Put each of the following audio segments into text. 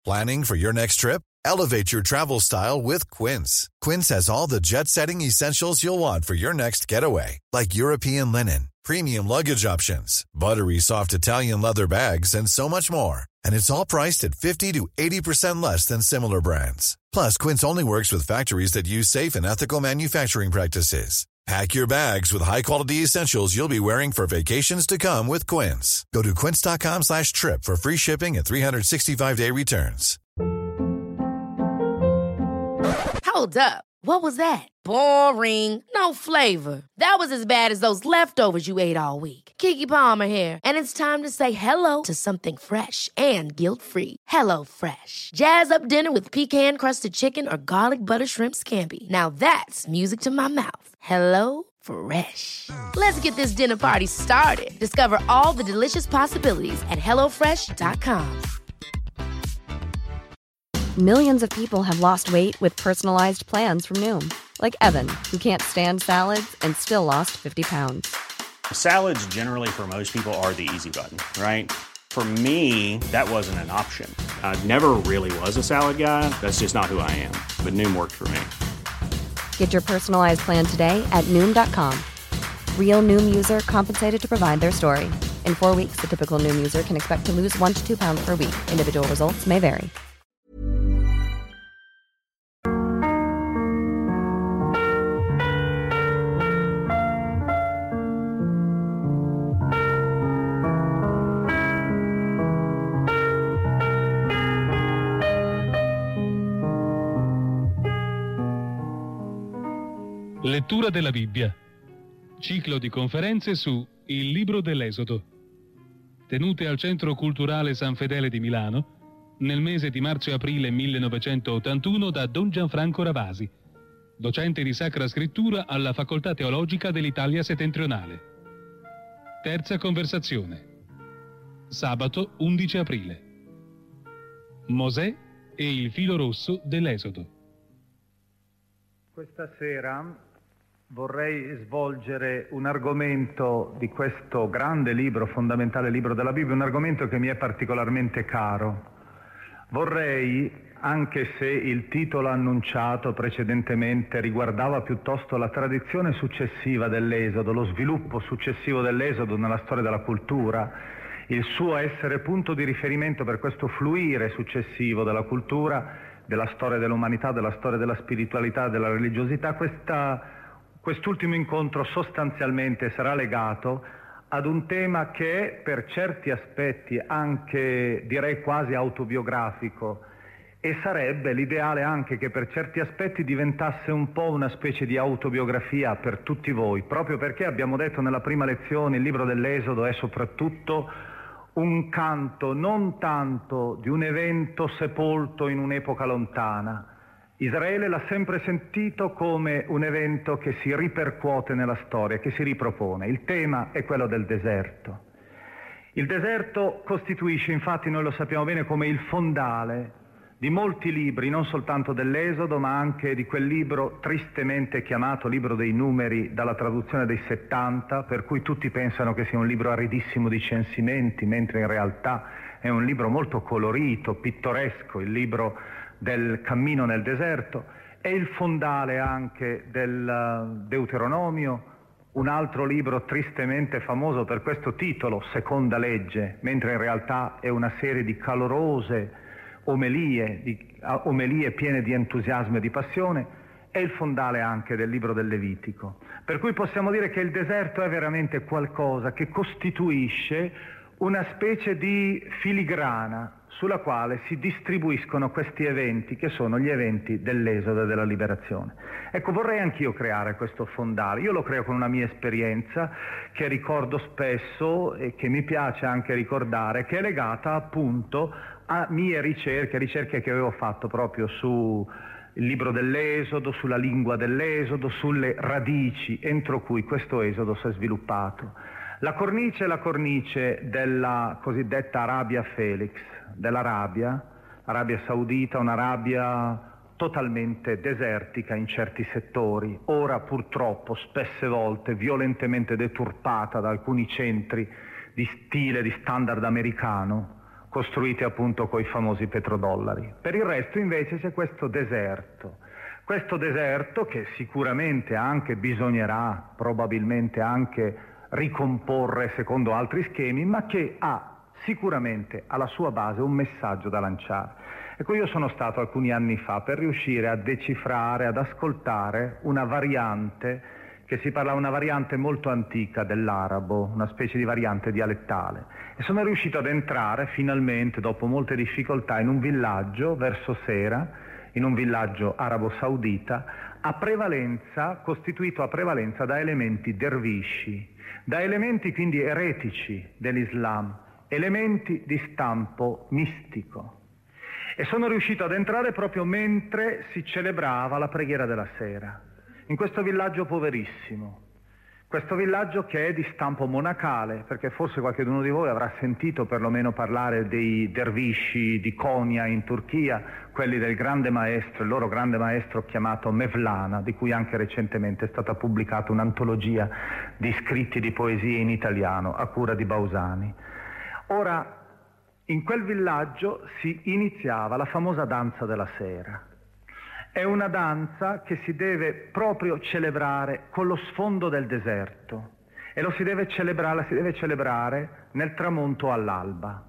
Planning for your next trip? Elevate your travel style with Quince. Quince has all the jet-setting essentials you'll want for your next getaway, like European linen, premium luggage options, buttery soft Italian leather bags, and so much more. And it's all priced at 50 to 80% less than similar brands. Plus, Quince only works with factories that use safe and ethical manufacturing practices. Pack your bags with high-quality essentials you'll be wearing for vacations to come with Quince. Go to quince.com/trip for free shipping and 365-day returns. Hold up. What was that? Boring. No flavor. That was as bad as those leftovers you ate all week. Keke Palmer here, and it's time to say hello to something fresh and guilt-free. Hello Fresh. Jazz up dinner with pecan-crusted chicken or garlic butter shrimp scampi. Now that's music to my mouth. Hello Fresh. Let's get this dinner party started. Discover all the delicious possibilities at hellofresh.com. Millions of people have lost weight with personalized plans from Noom. Like Evan, who can't stand salads and still lost 50 pounds. Salads generally for most people are the easy button, right? For me, that wasn't an option. I never really was a salad guy. That's just not who I am. But Noom worked for me. Get your personalized plan today at Noom.com. Real Noom user compensated to provide their story. In 4 weeks, the typical Noom user can expect to lose 1 to 2 pounds per week. Individual results may vary. Lettura della Bibbia. Ciclo di conferenze su Il Libro dell'Esodo, tenute al Centro Culturale San Fedele di Milano nel mese di marzo-aprile 1981 da Don Gianfranco Ravasi, docente di Sacra Scrittura alla Facoltà Teologica dell'Italia Settentrionale. Terza conversazione. Sabato 11 aprile. Mosè e il filo rosso dell'Esodo. Questa sera vorrei svolgere un argomento di questo grande libro, fondamentale libro della Bibbia, un argomento che mi è particolarmente caro. Vorrei, anche se il titolo annunciato precedentemente riguardava piuttosto la tradizione successiva dell'Esodo, lo sviluppo successivo dell'Esodo nella storia della cultura, il suo essere punto di riferimento per questo fluire successivo della cultura, della storia dell'umanità, della storia della spiritualità, della religiosità, quest'ultimo incontro sostanzialmente sarà legato ad un tema che è per certi aspetti anche, direi, quasi autobiografico, e sarebbe l'ideale anche che per certi aspetti diventasse un po' una specie di autobiografia per tutti voi, proprio perché abbiamo detto nella prima lezione il libro dell'Esodo è soprattutto un canto non tanto di un evento sepolto in un'epoca lontana. Israele l'ha sempre sentito come un evento che si ripercuote nella storia, che si ripropone. Il tema è quello del deserto. Il deserto costituisce, infatti, noi lo sappiamo bene, come il fondale di molti libri, non soltanto dell'Esodo, ma anche di quel libro tristemente chiamato Libro dei Numeri, dalla traduzione dei 70, per cui tutti pensano che sia un libro aridissimo di censimenti, mentre in realtà è un libro molto colorito, pittoresco, il libro del cammino nel deserto. È il fondale anche del Deuteronomio, un altro libro tristemente famoso per questo titolo, Seconda Legge, mentre in realtà è una serie di calorose omelie piene di entusiasmo e di passione. È il fondale anche del libro del Levitico. Per cui possiamo dire che il deserto è veramente qualcosa che costituisce una specie di filigrana sulla quale si distribuiscono questi eventi che sono gli eventi dell'Esodo e della liberazione. Ecco, vorrei anch'io creare questo fondale. Io lo creo con una mia esperienza che ricordo spesso e che mi piace anche ricordare, che è legata appunto a mie ricerche che avevo fatto proprio su il libro dell'Esodo, sulla lingua dell'Esodo, sulle radici entro cui questo Esodo si è sviluppato. La cornice è la cornice della cosiddetta Arabia Felix, dell'Arabia, Arabia Saudita, un'Arabia totalmente desertica in certi settori, ora purtroppo spesse volte violentemente deturpata da alcuni centri di stile, di standard americano, costruite appunto coi famosi petrodollari. Per il resto invece c'è questo deserto che sicuramente anche bisognerà probabilmente anche ricomporre secondo altri schemi, ma che ha sicuramente alla sua base un messaggio da lanciare. Ecco, io sono stato alcuni anni fa per riuscire a decifrare, ad ascoltare una variante una variante molto antica dell'arabo, una specie di variante dialettale, e sono riuscito ad entrare finalmente dopo molte difficoltà in un villaggio verso sera, in un villaggio arabo-saudita costituito a prevalenza da elementi dervisci, da elementi quindi eretici dell'Islam, elementi di stampo mistico. E sono riuscito ad entrare proprio mentre si celebrava la preghiera della sera, in questo villaggio poverissimo, questo villaggio che è di stampo monacale, perché forse qualcuno di voi avrà sentito perlomeno parlare dei dervisci di Konya in Turchia, quelli del grande maestro, il loro grande maestro chiamato Mevlana, di cui anche recentemente è stata pubblicata un'antologia di scritti di poesie in italiano a cura di Bausani. Ora, in quel villaggio si iniziava la famosa danza della sera. È una danza che si deve proprio celebrare con lo sfondo del deserto e la si deve celebrare nel tramonto all'alba.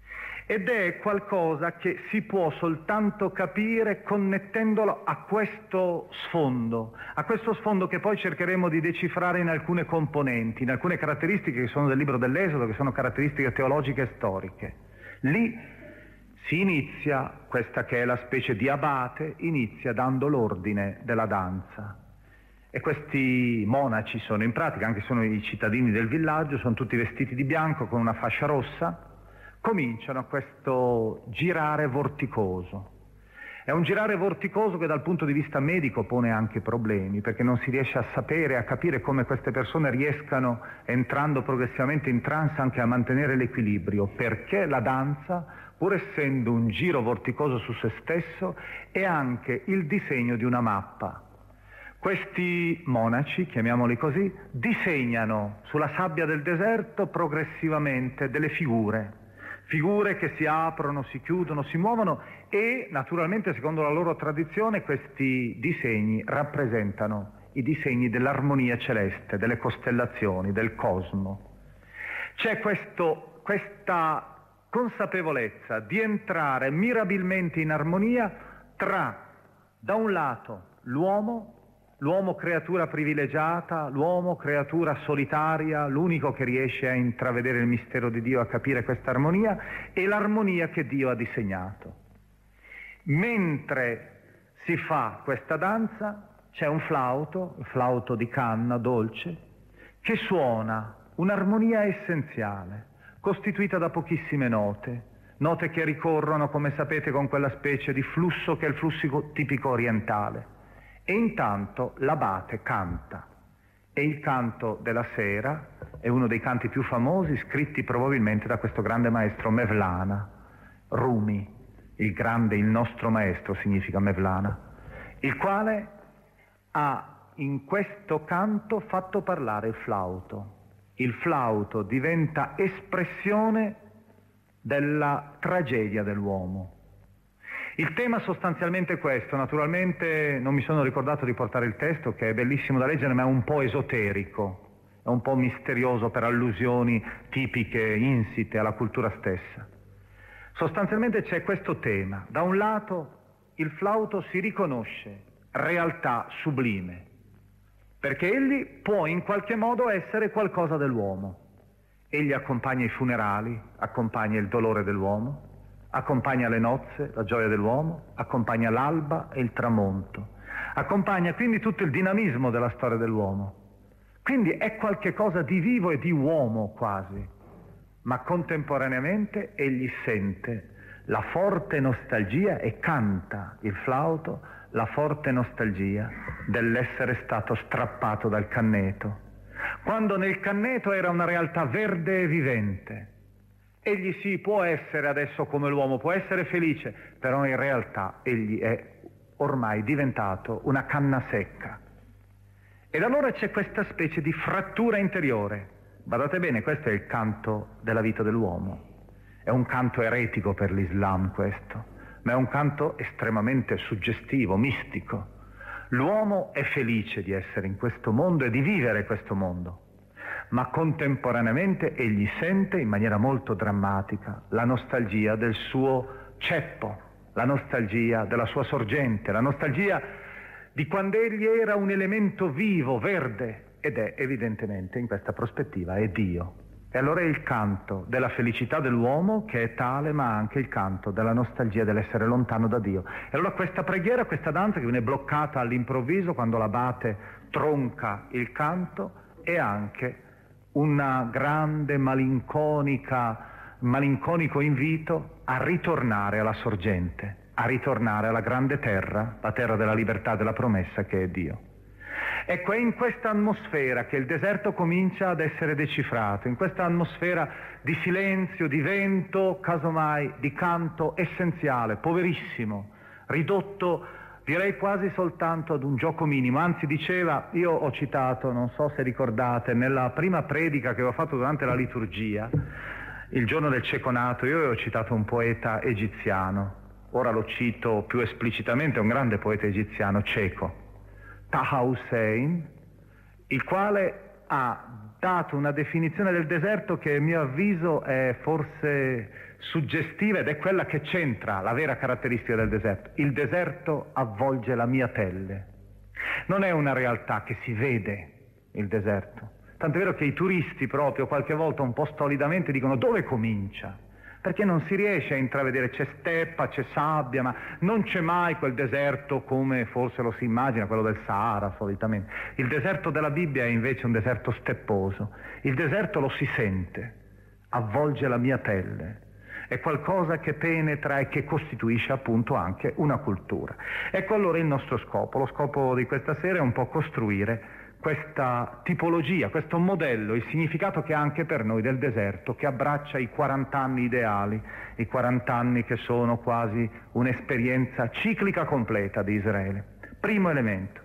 Ed è qualcosa che si può soltanto capire connettendolo a questo sfondo che poi cercheremo di decifrare in alcune componenti, in alcune caratteristiche che sono del libro dell'Esodo, che sono caratteristiche teologiche e storiche. Lì si inizia, questa che è la specie di abate, inizia dando l'ordine della danza. E questi monaci sono in pratica, anche sono i cittadini del villaggio, sono tutti vestiti di bianco con una fascia rossa, cominciano questo girare vorticoso. È un girare vorticoso che dal punto di vista medico pone anche problemi, perché non si riesce a sapere, a capire come queste persone riescano, entrando progressivamente in trance, anche a mantenere l'equilibrio, perché la danza, pur essendo un giro vorticoso su se stesso, è anche il disegno di una mappa. Questi monaci, chiamiamoli così, disegnano sulla sabbia del deserto progressivamente delle figure che si aprono, si chiudono, si muovono e naturalmente secondo la loro tradizione questi disegni rappresentano i disegni dell'armonia celeste, delle costellazioni, del cosmo. C'è questa consapevolezza di entrare mirabilmente in armonia tra, da un lato, l'uomo creatura privilegiata, l'uomo creatura solitaria, l'unico che riesce a intravedere il mistero di Dio, a capire questa armonia, e l'armonia che Dio ha disegnato. Mentre si fa questa danza c'è un flauto, il flauto di canna dolce, che suona un'armonia essenziale, costituita da pochissime note che ricorrono, come sapete, con quella specie di flusso che è il flusso tipico orientale. E intanto l'abate canta, e il canto della sera è uno dei canti più famosi, scritti probabilmente da questo grande maestro Mevlana, Rumi, il nostro maestro significa Mevlana, il quale ha in questo canto fatto parlare il flauto. Il flauto diventa espressione della tragedia dell'uomo. Il tema sostanzialmente è questo, naturalmente non mi sono ricordato di portare il testo che è bellissimo da leggere ma è un po' esoterico, è un po' misterioso per allusioni tipiche, insite alla cultura stessa. Sostanzialmente c'è questo tema, da un lato il flauto si riconosce realtà sublime, perché egli può in qualche modo essere qualcosa dell'uomo, egli accompagna i funerali, accompagna il dolore dell'uomo, accompagna le nozze, la gioia dell'uomo, accompagna l'alba e il tramonto, accompagna quindi tutto il dinamismo della storia dell'uomo. Quindi è qualche cosa di vivo e di uomo quasi, ma contemporaneamente egli sente la forte nostalgia e canta il flauto la forte nostalgia dell'essere stato strappato dal canneto, quando nel canneto era una realtà verde e vivente. Egli sì, può essere adesso come l'uomo, può essere felice, però in realtà egli è ormai diventato una canna secca. Ed allora c'è questa specie di frattura interiore. Badate bene, questo è il canto della vita dell'uomo. È un canto eretico per l'Islam questo, ma è un canto estremamente suggestivo, mistico. L'uomo è felice di essere in questo mondo e di vivere questo mondo, ma contemporaneamente egli sente in maniera molto drammatica la nostalgia del suo ceppo, la nostalgia della sua sorgente, la nostalgia di quando egli era un elemento vivo, verde, ed è evidentemente in questa prospettiva è Dio. E allora è il canto della felicità dell'uomo che è tale, ma anche il canto della nostalgia dell'essere lontano da Dio. E allora questa preghiera, questa danza che viene bloccata all'improvviso quando l'abate tronca il canto, è anche un grande malinconico invito a ritornare alla sorgente, a ritornare alla grande terra, la terra della libertà e della promessa che è Dio. Ecco, è in questa atmosfera che il deserto comincia ad essere decifrato, in questa atmosfera di silenzio, di vento, casomai di canto essenziale, poverissimo, ridotto direi quasi soltanto ad un gioco minimo. Anzi, diceva, io ho citato, non so se ricordate, nella prima predica che ho fatto durante la liturgia, il giorno del ceconato, io avevo citato un poeta egiziano, ora lo cito più esplicitamente, un grande poeta egiziano ceco, Taha Hussein, il quale ha dato una definizione del deserto che a mio avviso è forse suggestiva ed è quella che centra la vera caratteristica del deserto. Il deserto avvolge la mia pelle. Non è una realtà che si vede, il deserto. Tant'è vero che i turisti proprio qualche volta un po' stolidamente dicono dove comincia? Perché non si riesce a intravedere, c'è steppa, c'è sabbia, ma non c'è mai quel deserto come forse lo si immagina, quello del Sahara solitamente. Il deserto della Bibbia è invece un deserto stepposo. Il deserto lo si sente, avvolge la mia pelle. È qualcosa che penetra e che costituisce appunto anche una cultura. Ecco allora il nostro scopo. Lo scopo di questa sera è un po' costruire questa tipologia, questo modello, il significato che ha anche per noi del deserto, che abbraccia i 40 anni ideali, i 40 anni che sono quasi un'esperienza ciclica completa di Israele. Primo elemento.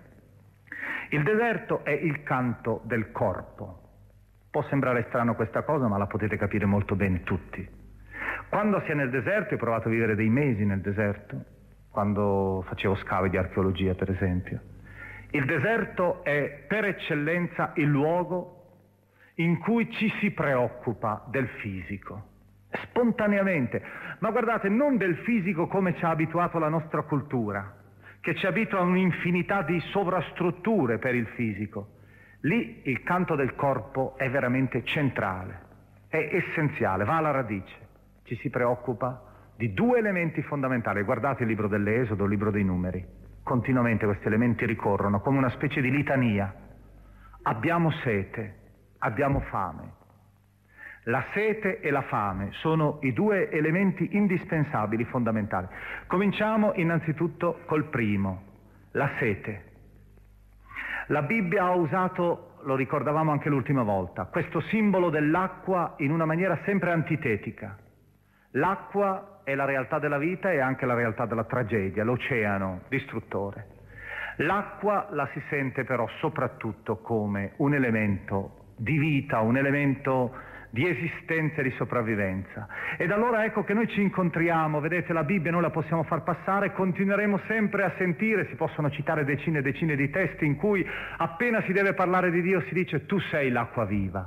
Il deserto è il canto del corpo. Può sembrare strano questa cosa, ma la potete capire molto bene tutti. Quando si è nel deserto, ho provato a vivere dei mesi nel deserto, quando facevo scavi di archeologia per esempio. Il deserto è per eccellenza il luogo in cui ci si preoccupa del fisico, spontaneamente. Ma guardate, non del fisico come ci ha abituato la nostra cultura, che ci abitua a un'infinità di sovrastrutture per il fisico. Lì il canto del corpo è veramente centrale, è essenziale, va alla radice. Ci si preoccupa di due elementi fondamentali. Guardate il libro dell'Esodo, il libro dei Numeri. Continuamente questi elementi ricorrono come una specie di litania. Abbiamo sete, abbiamo fame. La sete e la fame sono i due elementi indispensabili, fondamentali. Cominciamo innanzitutto col primo, la sete. La Bibbia ha usato, lo ricordavamo anche l'ultima volta, questo simbolo dell'acqua in una maniera sempre antitetica. L'acqua è la realtà della vita e anche la realtà della tragedia, l'oceano distruttore. L'acqua la si sente però soprattutto come un elemento di vita, un elemento di esistenza e di sopravvivenza. Ed allora ecco che noi ci incontriamo, vedete la Bibbia noi la possiamo far passare, continueremo sempre a sentire, si possono citare decine e decine di testi in cui appena si deve parlare di Dio si dice tu sei l'acqua viva.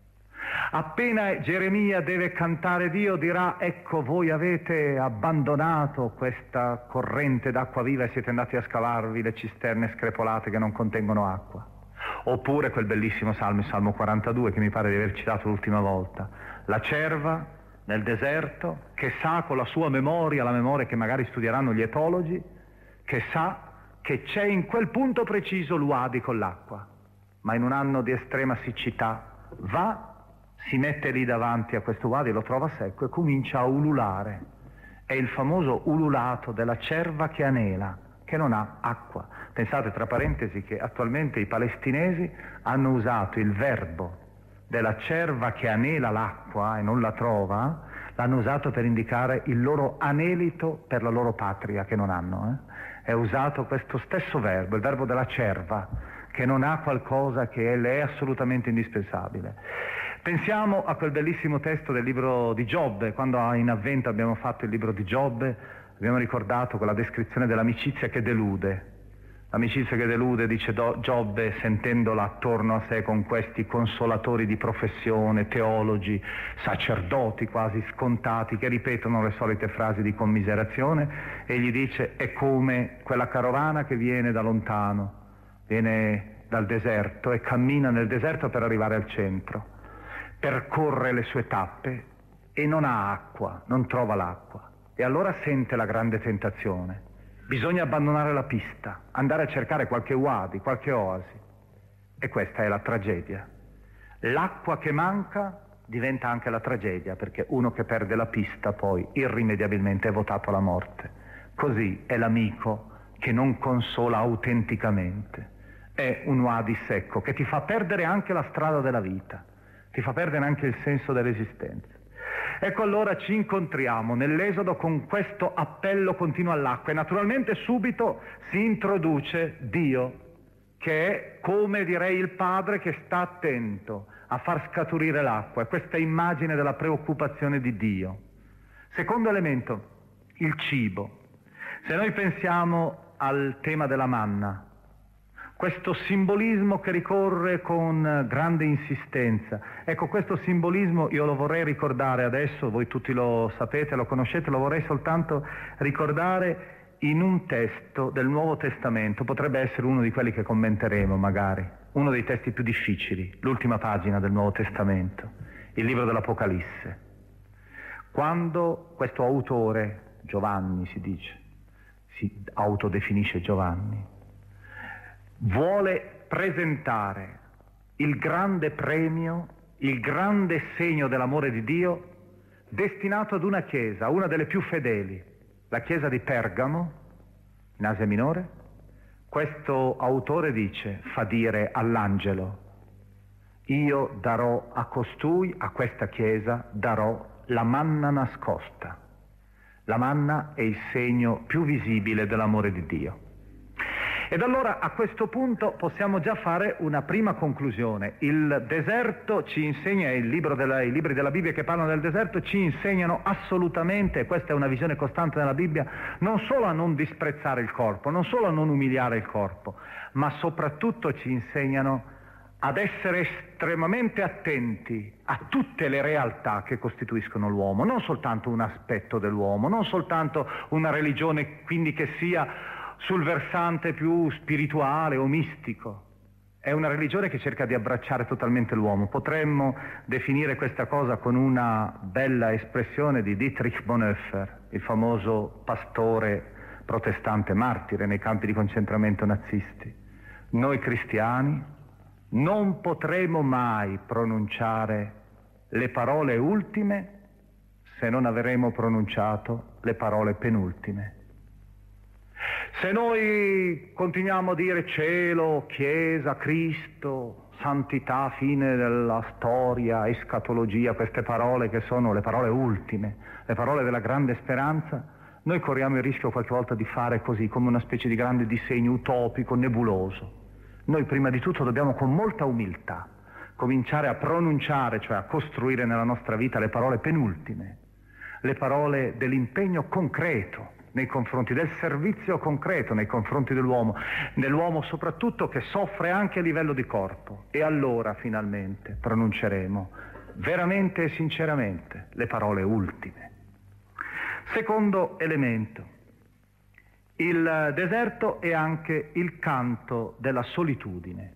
Appena Geremia deve cantare Dio dirà ecco voi avete abbandonato questa corrente d'acqua viva e siete andati a scavarvi le cisterne screpolate che non contengono acqua. Oppure quel bellissimo salmo, il Salmo 42 che mi pare di aver citato l'ultima volta, la cerva nel deserto che sa con la sua memoria, la memoria che magari studieranno gli etologi, che sa che c'è in quel punto preciso l'Uadi con l'acqua, ma in un anno di estrema siccità va, si mette lì davanti a questo Uadi, lo trova secco e comincia a ululare. È il famoso ululato della cerva che anela, che non ha acqua. Pensate, tra parentesi, che attualmente i palestinesi hanno usato il verbo della cerva che anela l'acqua e non la trova, l'hanno usato per indicare il loro anelito per la loro patria che non hanno. È usato questo stesso verbo, il verbo della cerva, che non ha qualcosa che le è assolutamente indispensabile. Pensiamo a quel bellissimo testo del libro di Giobbe. Quando in Avvento abbiamo fatto il libro di Giobbe, abbiamo ricordato quella descrizione dell'amicizia che delude. L'amicizia che delude, dice Giobbe, sentendola attorno a sé con questi consolatori di professione, teologi, sacerdoti quasi scontati, che ripetono le solite frasi di commiserazione, e gli dice: è come quella carovana che viene da lontano, viene dal deserto e cammina nel deserto per arrivare al centro, percorre le sue tappe e non ha acqua, non trova l'acqua, e allora sente la grande tentazione. Bisogna abbandonare la pista, andare a cercare qualche uadi, qualche oasi. E questa è la tragedia. L'acqua che manca diventa anche la tragedia, perché uno che perde la pista poi irrimediabilmente è votato alla morte. Così è l'amico che non consola autenticamente. È un uadi secco che ti fa perdere anche la strada della vita, ti fa perdere anche il senso dell'esistenza. Ecco, allora ci incontriamo nell'Esodo con questo appello continuo all'acqua, e naturalmente subito si introduce Dio, che è, come direi, il padre che sta attento a far scaturire l'acqua, e questa immagine della preoccupazione di Dio. Secondo elemento, il cibo. Se noi pensiamo al tema della manna, questo simbolismo che ricorre con grande insistenza. Ecco, questo simbolismo io lo vorrei ricordare adesso, voi tutti lo sapete, lo conoscete, lo vorrei soltanto ricordare in un testo del Nuovo Testamento. Potrebbe essere uno di quelli che commenteremo magari, uno dei testi più difficili, l'ultima pagina del Nuovo Testamento, il libro dell'Apocalisse. Quando questo autore, Giovanni si dice, si autodefinisce Giovanni, vuole presentare il grande premio, il grande segno dell'amore di Dio destinato ad una chiesa, una delle più fedeli, la chiesa di Pergamo, in Asia Minore. Questo autore dice, fa dire all'angelo: io darò a costui, a questa chiesa, darò la manna nascosta. La manna è il segno più visibile dell'amore di Dio. Ed allora a questo punto possiamo già fare una prima conclusione. Il deserto ci insegna, i libri della Bibbia che parlano del deserto ci insegnano assolutamente, e questa è una visione costante nella Bibbia, non solo a non disprezzare il corpo, non solo a non umiliare il corpo, ma soprattutto ci insegnano ad essere estremamente attenti a tutte le realtà che costituiscono l'uomo, non soltanto un aspetto dell'uomo, non soltanto una religione quindi che sia sul versante più spirituale o mistico. È una religione che cerca di abbracciare totalmente l'uomo. Potremmo definire questa cosa con una bella espressione di Dietrich Bonhoeffer, il famoso pastore protestante martire nei campi di concentramento nazisti. Noi cristiani non potremo mai pronunciare le parole ultime se non avremo pronunciato le parole penultime. Se noi continuiamo a dire cielo, chiesa, Cristo, santità, fine della storia, escatologia, queste parole che sono le parole ultime, le parole della grande speranza, noi corriamo il rischio qualche volta di fare così, come una specie di grande disegno utopico, nebuloso. Noi prima di tutto dobbiamo con molta umiltà cominciare a pronunciare, cioè a costruire nella nostra vita le parole penultime, le parole dell'impegno concreto nei confronti del servizio concreto, nei confronti dell'uomo soprattutto che soffre anche a livello di corpo. E allora finalmente pronunceremo veramente e sinceramente le parole ultime. Secondo elemento, il deserto è anche il canto della solitudine.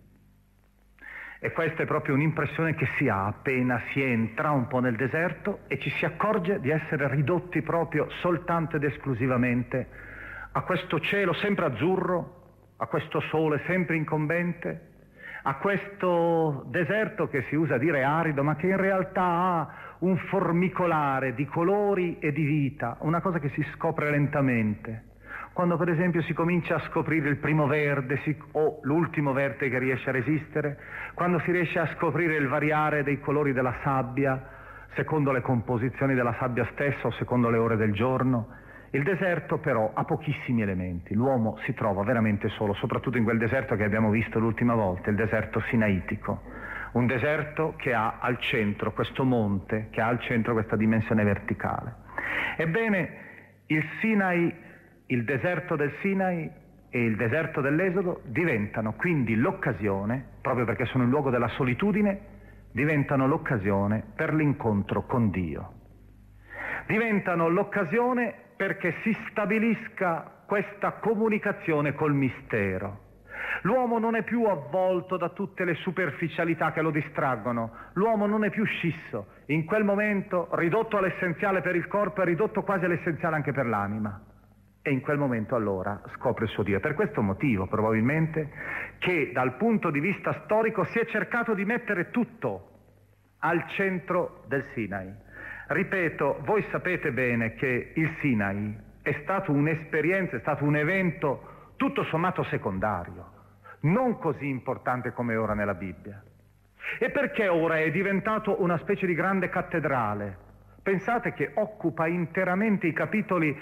E questa è proprio un'impressione che si ha appena si entra un po' nel deserto e ci si accorge di essere ridotti proprio soltanto ed esclusivamente a questo cielo sempre azzurro, a questo sole sempre incombente, a questo deserto che si usa dire arido, ma che in realtà ha un formicolare di colori e di vita, una cosa che si scopre lentamente. Quando per esempio si comincia a scoprire il primo verde o l'ultimo verde che riesce a resistere, quando si riesce a scoprire il variare dei colori della sabbia, secondo le composizioni della sabbia stessa o secondo le ore del giorno. Il deserto però ha pochissimi elementi, l'uomo si trova veramente solo, soprattutto in quel deserto che abbiamo visto l'ultima volta, il deserto sinaitico, Un deserto che ha al centro questo monte, che ha al centro questa dimensione verticale. Ebbene, il Sinai, il deserto del Sinai e il deserto dell'Esodo diventano quindi l'occasione, proprio perché sono il luogo della solitudine, diventano l'occasione per l'incontro con Dio. Diventano l'occasione perché si stabilisca questa comunicazione col mistero. L'uomo non è più avvolto da tutte le superficialità che lo distraggono, l'uomo non è più scisso, in quel momento ridotto all'essenziale per il corpo è ridotto quasi all'essenziale anche per l'anima. E in quel momento allora scopre il suo Dio. È per questo motivo probabilmente che dal punto di vista storico si è cercato di mettere tutto al centro del Sinai. Ripeto, voi sapete bene che il Sinai è stato un'esperienza, è stato un evento tutto sommato secondario, non così importante come ora nella Bibbia. E perché ora è diventato una specie di grande cattedrale? Pensate che occupa interamente i capitoli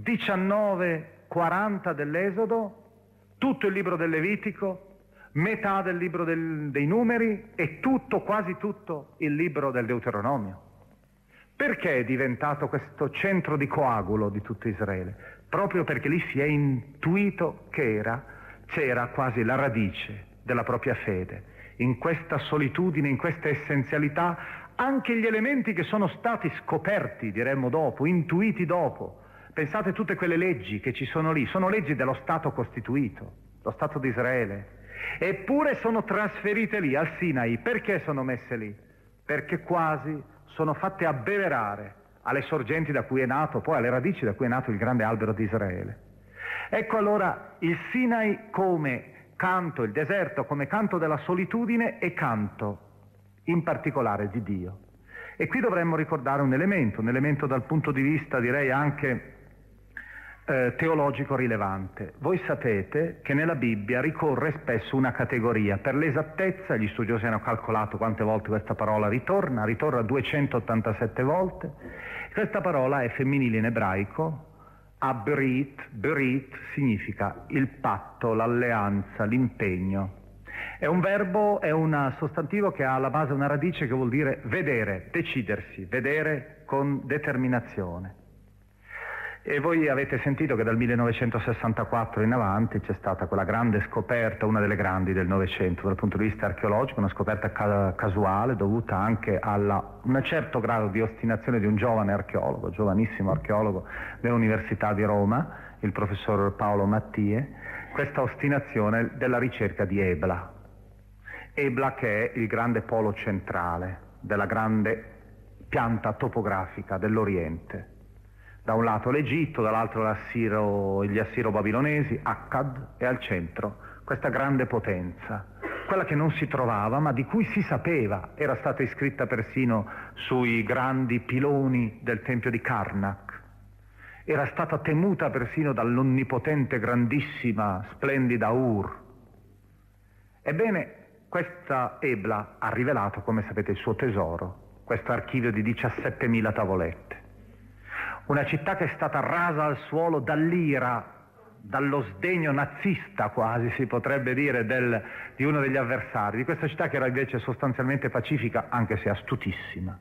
19-40 dell'Esodo, tutto il libro del Levitico, metà del libro dei Numeri e tutto, quasi tutto, il libro del Deuteronomio. Perché è diventato questo centro di coagulo di tutto Israele? Proprio perché lì si è intuito che c'era quasi la radice della propria fede. In questa solitudine, in questa essenzialità, anche gli elementi che sono stati scoperti, diremmo dopo, intuiti dopo. Pensate a tutte quelle leggi che ci sono lì, sono leggi dello Stato costituito, lo Stato di Israele. Eppure sono trasferite lì, al Sinai. Perché sono messe lì? Perché quasi sono fatte abbeverare alle sorgenti da cui è nato, poi alle radici da cui è nato il grande albero di Israele. Ecco allora il Sinai come canto, il deserto come canto della solitudine e canto in particolare di Dio. E qui dovremmo ricordare un elemento dal punto di vista direi anche teologico rilevante. Voi sapete che nella Bibbia ricorre spesso una categoria. Per l'esattezza, gli studiosi hanno calcolato quante volte questa parola ritorna 287 volte. Questa parola è femminile in ebraico, berit significa il patto, l'alleanza, l'impegno. È un verbo, è un sostantivo che ha alla base una radice che vuol dire vedere, decidersi, vedere con determinazione. E voi avete sentito che dal 1964 in avanti c'è stata quella grande scoperta, una delle grandi del Novecento dal punto di vista archeologico, una scoperta casuale dovuta anche a un certo grado di ostinazione di un giovane archeologo, giovanissimo archeologo dell'Università di Roma, il professor Paolo Mattie, questa ostinazione della ricerca di Ebla. Ebla che è il grande polo centrale della grande pianta topografica dell'Oriente. Da un lato l'Egitto, dall'altro gli assiro-babilonesi, Akkad, e al centro questa grande potenza, quella che non si trovava ma di cui si sapeva, era stata iscritta persino sui grandi piloni del tempio di Karnak, era stata temuta persino dall'onnipotente, grandissima, splendida Ur. Ebbene, questa Ebla ha rivelato, come sapete, il suo tesoro, questo archivio di 17.000 tavolette. Una città che è stata rasa al suolo dall'ira, dallo sdegno nazista quasi si potrebbe dire di uno degli avversari, di questa città che era invece sostanzialmente pacifica anche se astutissima.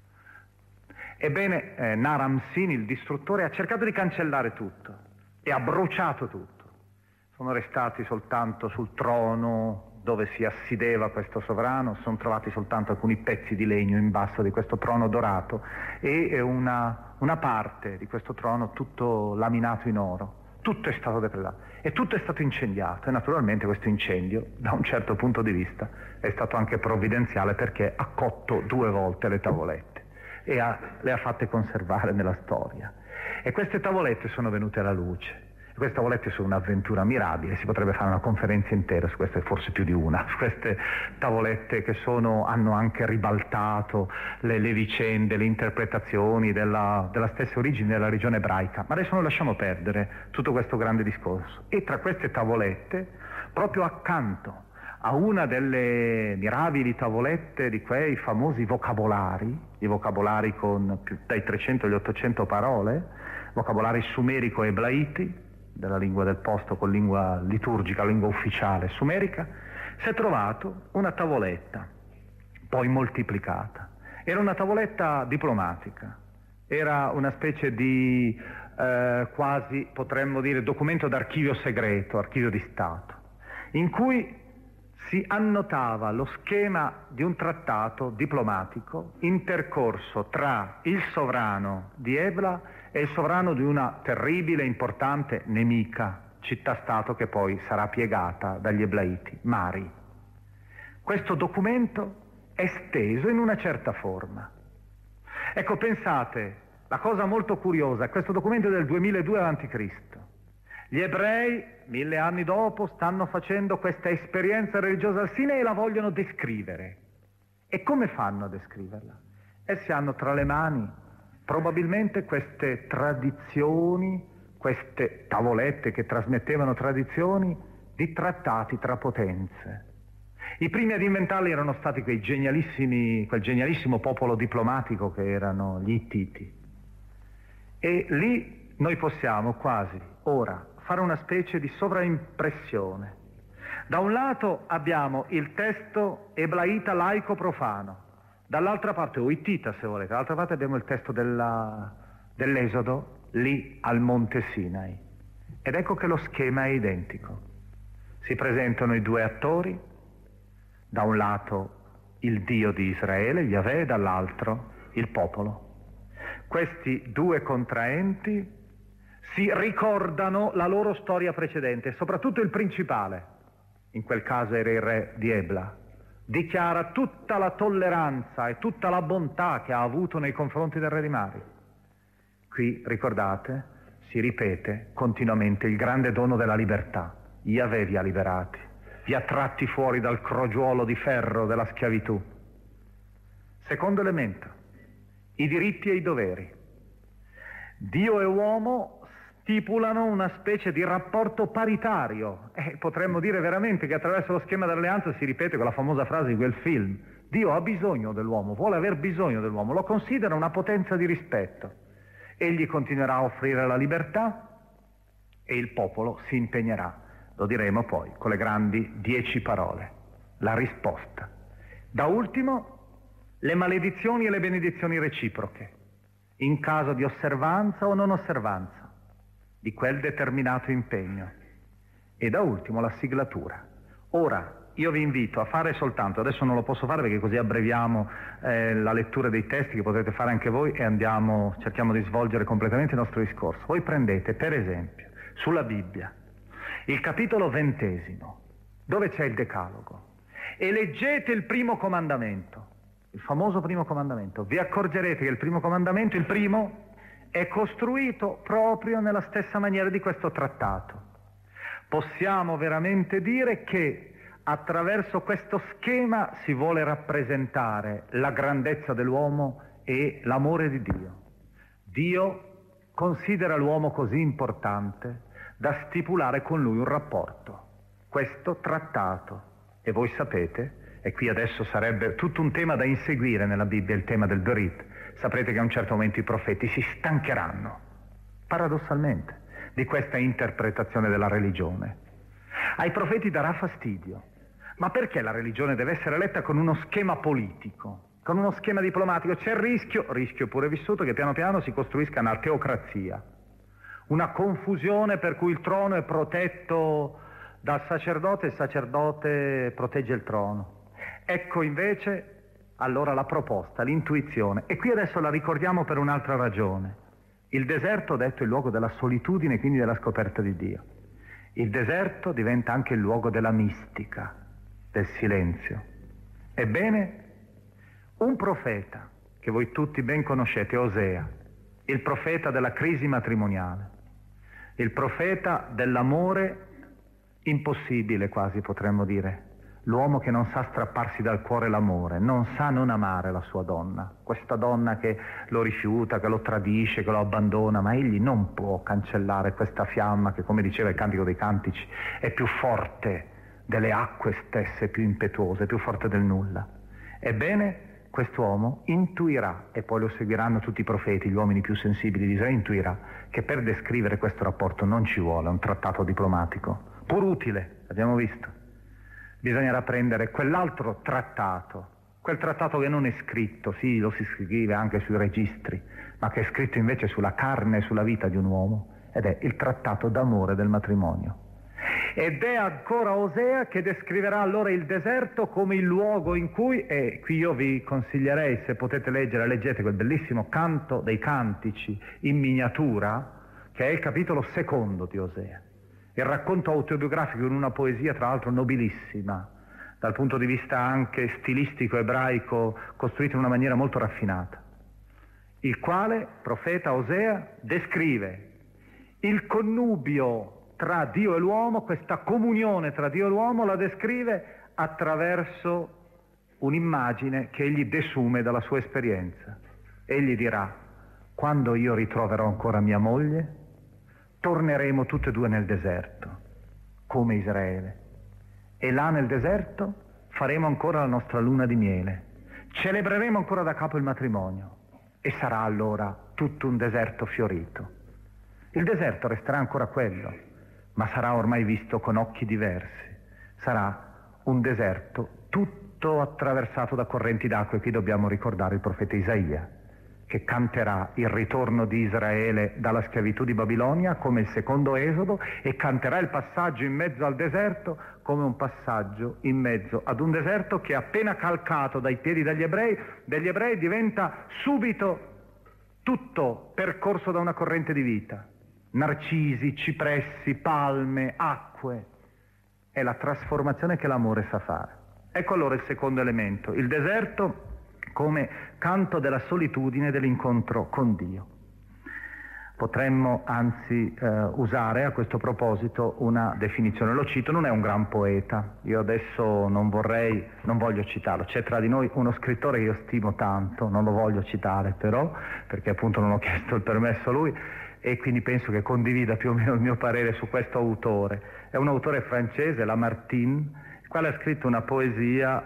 Ebbene Naram Sin, il distruttore, ha cercato di cancellare tutto e ha bruciato tutto. Sono restati soltanto sul trono dove si assideva questo sovrano, sono trovati soltanto alcuni pezzi di legno in basso di questo trono dorato e una parte di questo trono tutto laminato in oro. Tutto è stato depredato e tutto è stato incendiato e naturalmente questo incendio da un certo punto di vista è stato anche provvidenziale perché ha cotto 2 volte le tavolette e le ha fatte conservare nella storia. E queste tavolette sono venute alla luce. Queste tavolette sono un'avventura mirabile, si potrebbe fare una conferenza intera su queste, forse più di una, su queste tavolette che hanno anche ribaltato le vicende, le interpretazioni della stessa origine della regione ebraica. Ma adesso noi lasciamo perdere tutto questo grande discorso. E tra queste tavolette, proprio accanto a una delle mirabili tavolette di quei famosi vocabolari, i vocabolari con dai 300 agli 800 parole, vocabolari sumerico e eblaiti, della lingua del posto con lingua liturgica, lingua ufficiale sumerica, si è trovato una tavoletta poi moltiplicata. Era una tavoletta diplomatica, era una specie di quasi, potremmo dire, documento d'archivio segreto, archivio di Stato, in cui si annotava lo schema di un trattato diplomatico intercorso tra il sovrano di Ebla e il sovrano di una terribile e importante nemica, città-stato che poi sarà piegata dagli Eblaiti, Mari. Questo documento è steso in una certa forma. Ecco, pensate, la cosa molto curiosa, questo documento è del 2002 a.C. Gli ebrei, 1000 anni dopo, stanno facendo questa esperienza religiosa al Sinai e la vogliono descrivere. E come fanno a descriverla? Essi hanno tra le mani probabilmente queste tradizioni, queste tavolette che trasmettevano tradizioni di trattati tra potenze. I primi ad inventarli erano stati quel genialissimo popolo diplomatico che erano gli Ittiti. E lì noi possiamo quasi ora fare una specie di sovraimpressione. Da un lato abbiamo il testo eblaita laico profano, dall'altra parte, o ittita se volete, dall'altra parte abbiamo il testo dell'Esodo lì al Monte Sinai. Ed ecco che lo schema è identico. Si presentano i due attori, da un lato il Dio di Israele, Yahweh, dall'altro il popolo. Questi due contraenti si ricordano la loro storia precedente, soprattutto il principale, in quel caso era il re di Ebla, dichiara tutta la tolleranza e tutta la bontà che ha avuto nei confronti del re di Mari. Qui, ricordate, si ripete continuamente il grande dono della libertà. Yahweh vi ha liberati, vi ha tratti fuori dal crogiuolo di ferro della schiavitù. Secondo elemento, i diritti e i doveri. Dio e uomo stipulano una specie di rapporto paritario. Potremmo dire veramente che attraverso lo schema dell'alleanza si ripete quella famosa frase di quel film. Dio ha bisogno dell'uomo, vuole aver bisogno dell'uomo, lo considera una potenza di rispetto. Egli continuerà a offrire la libertà e il popolo si impegnerà. Lo diremo poi con le grandi 10 parole. La risposta. Da ultimo, le maledizioni e le benedizioni reciproche, in caso di osservanza o non osservanza di quel determinato impegno. E da ultimo la siglatura. Ora, io vi invito a fare soltanto, adesso non lo posso fare perché così abbreviamo la lettura dei testi che potete fare anche voi e cerchiamo di svolgere completamente il nostro discorso. Voi prendete, per esempio, sulla Bibbia, il capitolo 20, dove c'è il Decalogo, e leggete il primo comandamento, il famoso primo comandamento. Vi accorgerete che il primo comandamento, il primo, è costruito proprio nella stessa maniera di questo trattato. Possiamo veramente dire che attraverso questo schema si vuole rappresentare la grandezza dell'uomo e l'amore di Dio. Dio considera l'uomo così importante da stipulare con lui un rapporto, questo trattato. E voi sapete, e qui adesso sarebbe tutto un tema da inseguire nella Bibbia, il tema del Berit. Saprete che a un certo momento i profeti si stancheranno, paradossalmente, di questa interpretazione della religione. Ai profeti darà fastidio. Ma perché la religione deve essere letta con uno schema politico, con uno schema diplomatico? C'è il rischio pure vissuto, che piano piano si costruisca una teocrazia, una confusione per cui il trono è protetto dal sacerdote e il sacerdote protegge il trono. Ecco invece allora la proposta, l'intuizione, e qui adesso la ricordiamo per un'altra ragione. Il deserto, detto, è il luogo della solitudine, quindi della scoperta di Dio. Il deserto diventa anche il luogo della mistica, del silenzio. Ebbene, un profeta che voi tutti ben conoscete, Osea, il profeta della crisi matrimoniale, il profeta dell'amore impossibile, quasi potremmo dire, l'uomo che non sa strapparsi dal cuore l'amore, non sa non amare la sua donna, questa donna che lo rifiuta, che lo tradisce, che lo abbandona, ma egli non può cancellare questa fiamma che, come diceva il Cantico dei Cantici, è più forte delle acque stesse, più impetuose, più forte del nulla. Ebbene, quest'uomo intuirà, e poi lo seguiranno tutti i profeti, gli uomini più sensibili di Israele, intuirà che per descrivere questo rapporto non ci vuole un trattato diplomatico, pur utile, abbiamo visto. Bisognerà prendere quell'altro trattato quel trattato che non è scritto, sì, lo si scrive anche sui registri, ma che è scritto invece sulla carne e sulla vita di un uomo, ed è il trattato d'amore del matrimonio. Ed è ancora Osea che descriverà allora il deserto come il luogo in cui, e qui io vi consiglierei, se potete leggere, leggete quel bellissimo Canto dei Cantici in miniatura, che è il capitolo 2 di Osea, il racconto autobiografico in una poesia tra l'altro nobilissima, dal punto di vista anche stilistico ebraico, costruito in una maniera molto raffinata, il quale, profeta Osea, descrive il connubio tra Dio e l'uomo, questa comunione tra Dio e l'uomo la descrive attraverso un'immagine che egli desume dalla sua esperienza. Egli dirà: quando io ritroverò ancora mia moglie, torneremo tutte e due nel deserto, come Israele. E là nel deserto faremo ancora la nostra luna di miele, celebreremo ancora da capo il matrimonio, e sarà allora tutto un deserto fiorito. Il deserto resterà ancora quello, ma sarà ormai visto con occhi diversi. Sarà un deserto tutto attraversato da correnti d'acqua, e qui dobbiamo ricordare il profeta Isaia, che canterà il ritorno di Israele dalla schiavitù di Babilonia come il secondo esodo, e canterà il passaggio in mezzo al deserto come un passaggio in mezzo ad un deserto che, appena calcato dai piedi degli ebrei diventa subito tutto percorso da una corrente di vita. Narcisi, cipressi, palme, acque. È la trasformazione che l'amore sa fare. Ecco allora il secondo elemento, il deserto come canto della solitudine e dell'incontro con Dio. Potremmo anzi usare a questo proposito una definizione, lo cito, non è un gran poeta, io adesso non voglio citarlo, c'è tra di noi uno scrittore che io stimo tanto, non lo voglio citare però, perché appunto non ho chiesto il permesso a lui, e quindi penso che condivida più o meno il mio parere su questo autore. È un autore francese, Lamartine, il quale ha scritto una poesia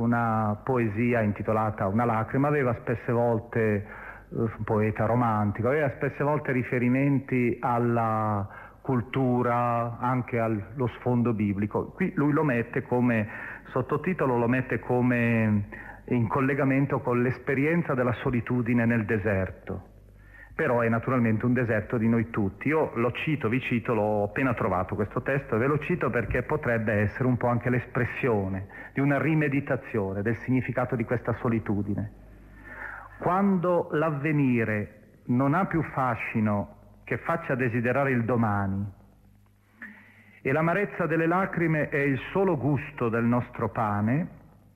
intitolata Una lacrima. Aveva spesse volte, un poeta romantico, aveva spesse volte riferimenti alla cultura, anche allo sfondo biblico. Qui lui lo mette come sottotitolo, lo mette come in collegamento con l'esperienza della solitudine nel deserto. Però è naturalmente un deserto di noi tutti. Io lo cito, vi cito, l'ho appena trovato questo testo, e ve lo cito perché potrebbe essere un po' anche l'espressione di una rimeditazione del significato di questa solitudine. Quando l'avvenire non ha più fascino che faccia desiderare il domani, e l'amarezza delle lacrime è il solo gusto del nostro pane,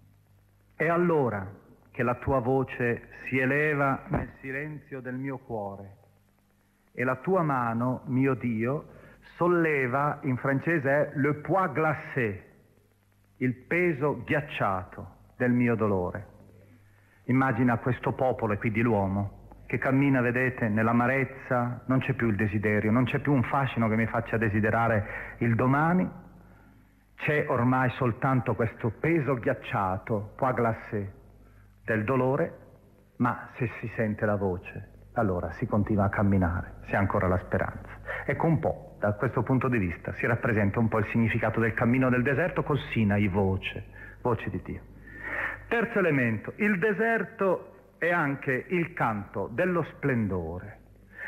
è allora che la tua voce si eleva nel silenzio del mio cuore, e la tua mano, mio Dio, solleva, in francese è le poids glacé, il peso ghiacciato del mio dolore. Immagina questo popolo, e quindi l'uomo, che cammina, vedete, nell'amarezza, non c'è più il desiderio, non c'è più un fascino che mi faccia desiderare il domani, c'è ormai soltanto questo peso ghiacciato, poids glacé, del dolore, ma se si sente la voce, allora si continua a camminare, c'è ancora la speranza. Ecco un po', da questo punto di vista, si rappresenta un po' il significato del cammino del deserto col Sinai, voce di Dio. Terzo elemento, il deserto è anche il canto dello splendore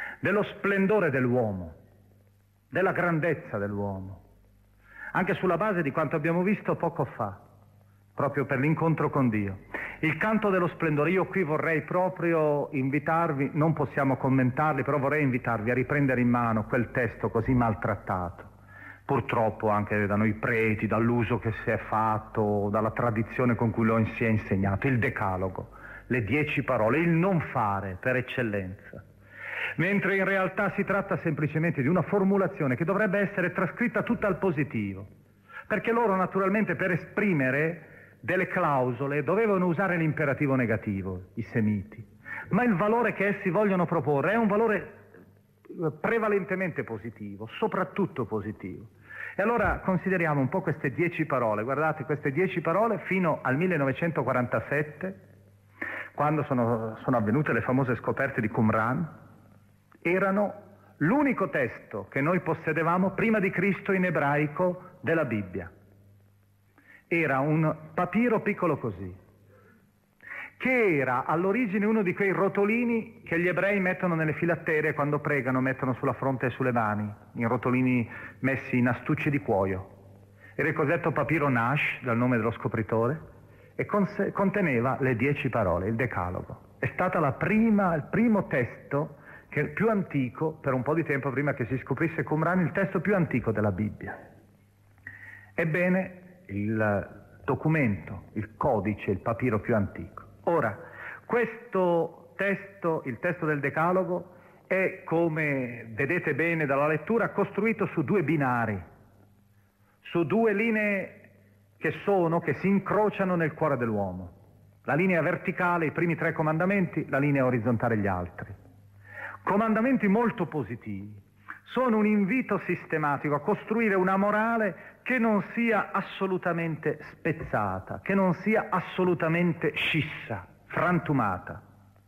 dell'uomo, della grandezza dell'uomo, anche sulla base di quanto abbiamo visto poco fa, proprio per l'incontro con Dio. Il canto dello splendore, io qui vorrei proprio invitarvi, non possiamo commentarli, però vorrei invitarvi a riprendere in mano quel testo così maltrattato, purtroppo anche da noi preti, dall'uso che si è fatto, dalla tradizione con cui lo si è insegnato, il Decalogo, le 10 parole, il non fare per eccellenza. Mentre in realtà si tratta semplicemente di una formulazione che dovrebbe essere trascritta tutta al positivo, perché loro naturalmente per esprimere delle clausole dovevano usare l'imperativo negativo, i semiti, ma il valore che essi vogliono proporre è un valore prevalentemente positivo, soprattutto positivo. E allora consideriamo un po' queste 10 parole, guardate, queste 10 parole fino al 1947, quando sono avvenute le famose scoperte di Qumran, erano l'unico testo che noi possedevamo prima di Cristo in ebraico della Bibbia. Era un papiro piccolo così, che era all'origine uno di quei rotolini che gli ebrei mettono nelle filattere quando pregano, mettono sulla fronte e sulle mani, in rotolini messi in astucce di cuoio. Era il cosiddetto papiro Nash, dal nome dello scopritore, e conteneva le 10 parole, il Decalogo. È stata il primo testo, che più antico, per un po' di tempo prima che si scoprisse Qumran, il testo più antico della Bibbia. Ebbene, il documento, il codice, il papiro più antico. Ora, questo testo, il testo del Decalogo, è, come vedete bene dalla lettura, costruito su 2 binari, su 2 linee che si incrociano nel cuore dell'uomo. La linea verticale, i primi 3 comandamenti, la linea orizzontale, gli altri. Comandamenti molto positivi. Sono un invito sistematico a costruire una morale che non sia assolutamente spezzata, che non sia assolutamente scissa, frantumata.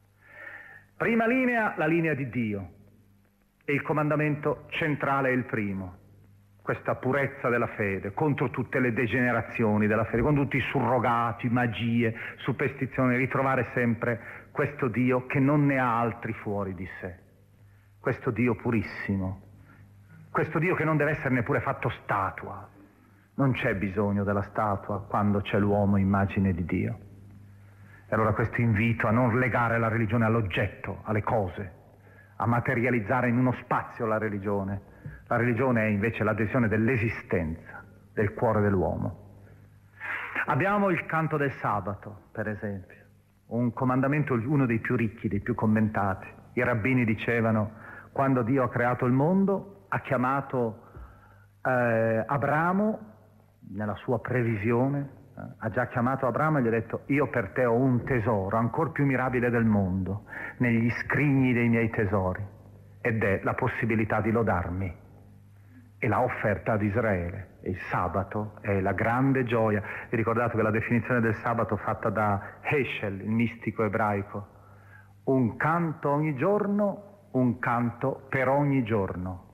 Prima linea, la linea di Dio. E il comandamento centrale è il primo. Questa purezza della fede, contro tutte le degenerazioni della fede, contro tutti i surrogati, magie, superstizioni, ritrovare sempre questo Dio che non ne ha altri fuori di sé. Questo Dio purissimo, questo Dio che non deve essere neppure fatto statua. Non c'è bisogno della statua quando c'è l'uomo immagine di Dio. E allora questo invito a non legare la religione all'oggetto, alle cose, a materializzare in uno spazio la religione. La religione è invece l'adesione dell'esistenza, del cuore dell'uomo. Abbiamo il canto del sabato, per esempio, un comandamento, uno dei più ricchi, dei più commentati. I rabbini dicevano, quando Dio ha creato il mondo, ha chiamato Abramo, nella sua previsione, ha già chiamato Abramo e gli ha detto, io per te ho un tesoro ancor più mirabile del mondo, negli scrigni dei miei tesori, ed è la possibilità di lodarmi. E l'ha offerta ad Israele. E il sabato è la grande gioia. Vi ricordate che la definizione del sabato fatta da Heschel, il mistico ebraico, un canto ogni giorno, un canto per ogni giorno.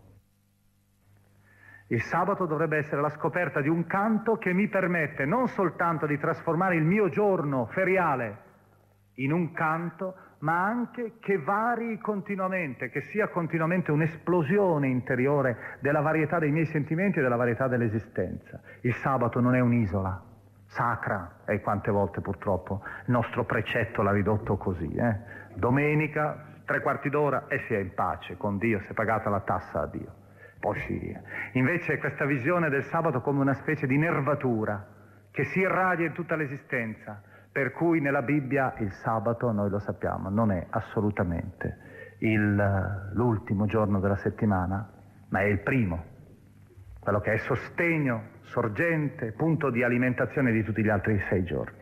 Il sabato dovrebbe essere la scoperta di un canto che mi permette non soltanto di trasformare il mio giorno feriale in un canto, ma anche che vari continuamente, che sia continuamente un'esplosione interiore della varietà dei miei sentimenti e della varietà dell'esistenza. Il sabato non è un'isola sacra, e quante volte purtroppo il nostro precetto l'ha ridotto così. Domenica, 3/4 d'ora e si è in pace con Dio, si è pagata la tassa a Dio. Poi sì. Invece questa visione del sabato come una specie di nervatura che si irradia in tutta l'esistenza, per cui nella Bibbia il sabato, noi lo sappiamo, non è assolutamente l'ultimo giorno della settimana, ma è il primo, quello che è sostegno, sorgente, punto di alimentazione di tutti gli altri 6 giorni.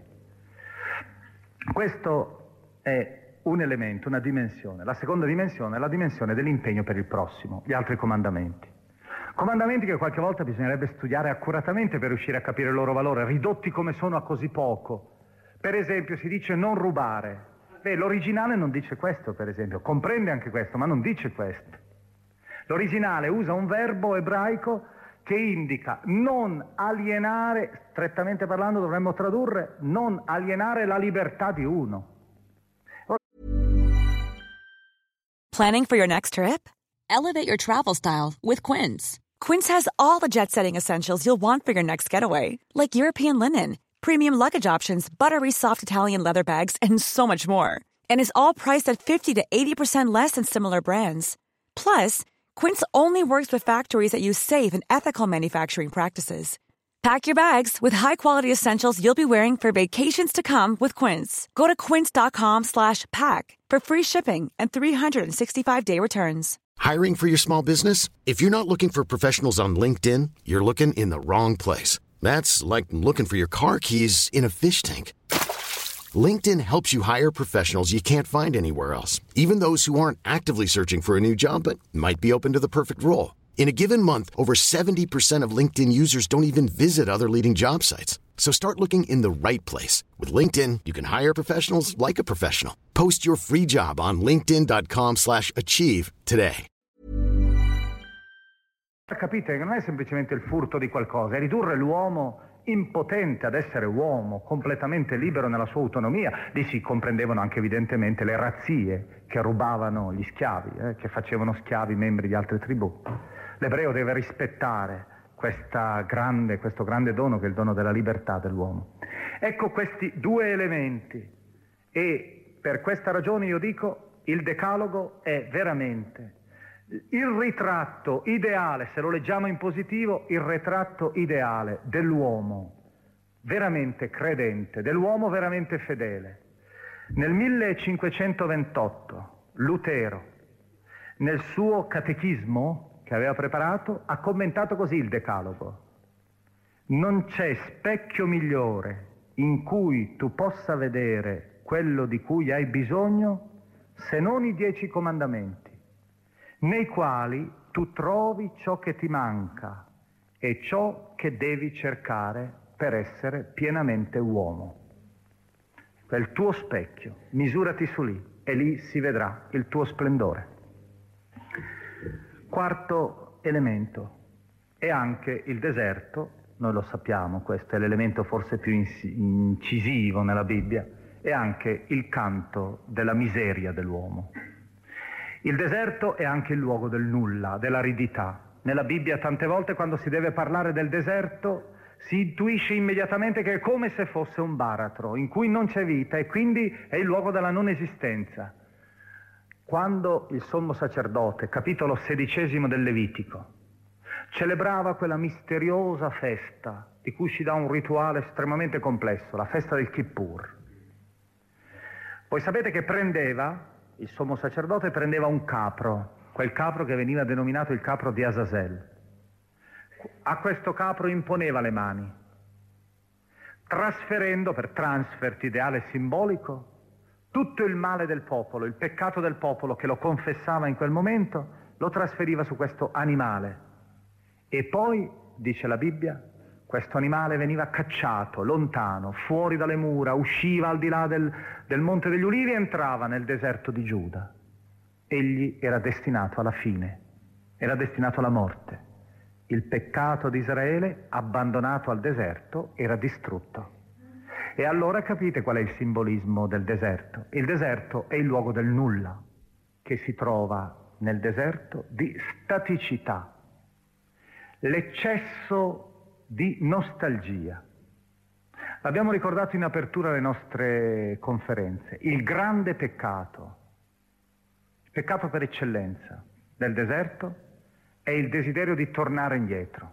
Questo è un elemento, una dimensione. La seconda dimensione è la dimensione dell'impegno per il prossimo, gli altri comandamenti. Comandamenti che qualche volta bisognerebbe studiare accuratamente per riuscire a capire il loro valore, ridotti come sono a così poco. Per esempio si dice non rubare. L'originale non dice questo, per esempio. Comprende anche questo, ma non dice questo. L'originale usa un verbo ebraico che indica non alienare, strettamente parlando dovremmo tradurre, non alienare la libertà di uno. Planning for your next trip? Elevate your travel style with Quince. Quince has all the jet-setting essentials you'll want for your next getaway, like European linen, premium luggage options, buttery soft Italian leather bags, and so much more. And is all priced at 50 to 80% less than similar brands. Plus, Quince only works with factories that use safe and ethical manufacturing practices. Pack your bags with high-quality essentials you'll be wearing for vacations to come with Quince. Go to quince.com/pack for free shipping and 365-day returns. Hiring for your small business? If you're not looking for professionals on LinkedIn, you're looking in the wrong place. That's like looking for your car keys in a fish tank. LinkedIn helps you hire professionals you can't find anywhere else, even those who aren't actively searching for a new job but might be open to the perfect role. In a given month, over 70% of LinkedIn users don't even visit other leading job sites. So start looking in the right place. With LinkedIn, you can hire professionals like a professional. Post your free job on linkedin.com/achieve today. Capite che non è semplicemente il furto di qualcosa, è ridurre l'uomo impotente ad essere uomo, completamente libero nella sua autonomia. Lì si comprendevano anche evidentemente le razzie che rubavano gli schiavi, che facevano schiavi membri di altre tribù. L'ebreo deve rispettare questo grande dono che è il dono della libertà dell'uomo. Ecco questi due elementi, e per questa ragione io dico il Decalogo è veramente il ritratto ideale, se lo leggiamo in positivo, il ritratto ideale dell'uomo veramente credente, dell'uomo veramente fedele. Nel 1528 Lutero, nel suo catechismo che aveva preparato, ha commentato così il Decalogo: non c'è specchio migliore in cui tu possa vedere quello di cui hai bisogno se non i 10 comandamenti, nei quali tu trovi ciò che ti manca e ciò che devi cercare per essere pienamente uomo. È il tuo specchio, misurati su lì e lì si vedrà il tuo splendore. Quarto elemento è anche il deserto. Noi lo sappiamo, questo è l'elemento forse più incisivo nella Bibbia, è anche il canto della miseria dell'uomo. Il deserto è anche il luogo del nulla, dell'aridità. Nella Bibbia tante volte quando si deve parlare del deserto si intuisce immediatamente che è come se fosse un baratro in cui non c'è vita e quindi è il luogo della non esistenza. Quando il sommo sacerdote, capitolo 16 del Levitico, celebrava quella misteriosa festa di cui si dà un rituale estremamente complesso, la festa del Kippur. Voi sapete che il sommo sacerdote prendeva un capro, quel capro che veniva denominato il capro di Azazel. A questo capro imponeva le mani, trasferendo, per transfert ideale simbolico, tutto il male del popolo, il peccato del popolo che lo confessava in quel momento, lo trasferiva su questo animale. E poi, dice la Bibbia, questo animale veniva cacciato lontano, fuori dalle mura, usciva al di là del Monte degli Ulivi e entrava nel deserto di Giuda. Egli era destinato alla fine, era destinato alla morte. Il peccato di Israele, abbandonato al deserto, era distrutto. E allora capite qual è il simbolismo del deserto? Il deserto è il luogo del nulla, che si trova nel deserto di staticità, l'eccesso di nostalgia. L'abbiamo ricordato in apertura alle nostre conferenze. Il grande peccato, il peccato per eccellenza del deserto è il desiderio di tornare indietro,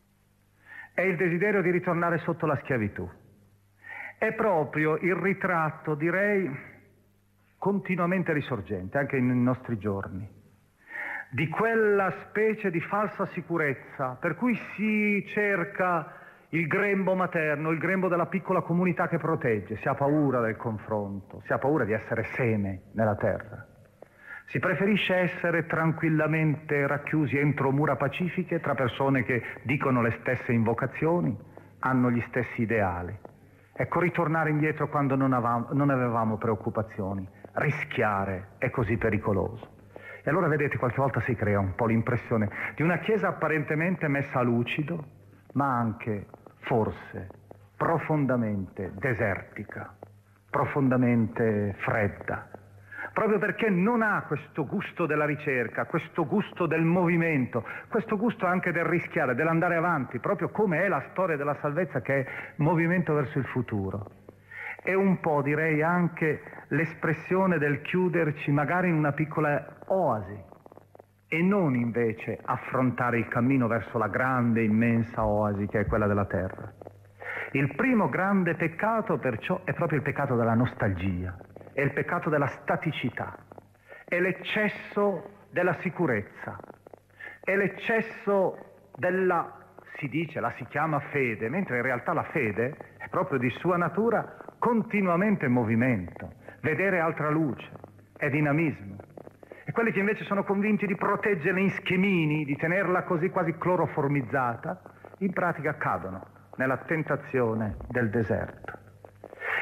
è il desiderio di ritornare sotto la schiavitù. È proprio il ritratto, direi, continuamente risorgente, anche nei nostri giorni, di quella specie di falsa sicurezza per cui si cerca il grembo materno, il grembo della piccola comunità che protegge. Si ha paura del confronto, si ha paura di essere seme nella terra. Si preferisce essere tranquillamente racchiusi entro mura pacifiche tra persone che dicono le stesse invocazioni, hanno gli stessi ideali. Ecco, ritornare indietro quando non avevamo preoccupazioni, rischiare è così pericoloso. E allora vedete, qualche volta si crea un po' l'impressione di una chiesa apparentemente messa a lucido, ma anche, forse, profondamente desertica, profondamente fredda, proprio perché non ha questo gusto della ricerca, questo gusto del movimento, questo gusto anche del rischiare, dell'andare avanti, proprio come è la storia della salvezza, che è movimento verso il futuro. È un po', direi, anche l'espressione del chiuderci magari in una piccola oasi e non invece affrontare il cammino verso la grande, immensa oasi che è quella della terra. Il primo grande peccato, perciò, è proprio il peccato della nostalgia, è il peccato della staticità, è l'eccesso della sicurezza, è l'eccesso della, si chiama fede, mentre in realtà la fede è proprio di sua natura continuamente in movimento, vedere altra luce, è dinamismo. E quelli che invece sono convinti di proteggerla in schemini, di tenerla così quasi cloroformizzata, in pratica cadono nella tentazione del deserto.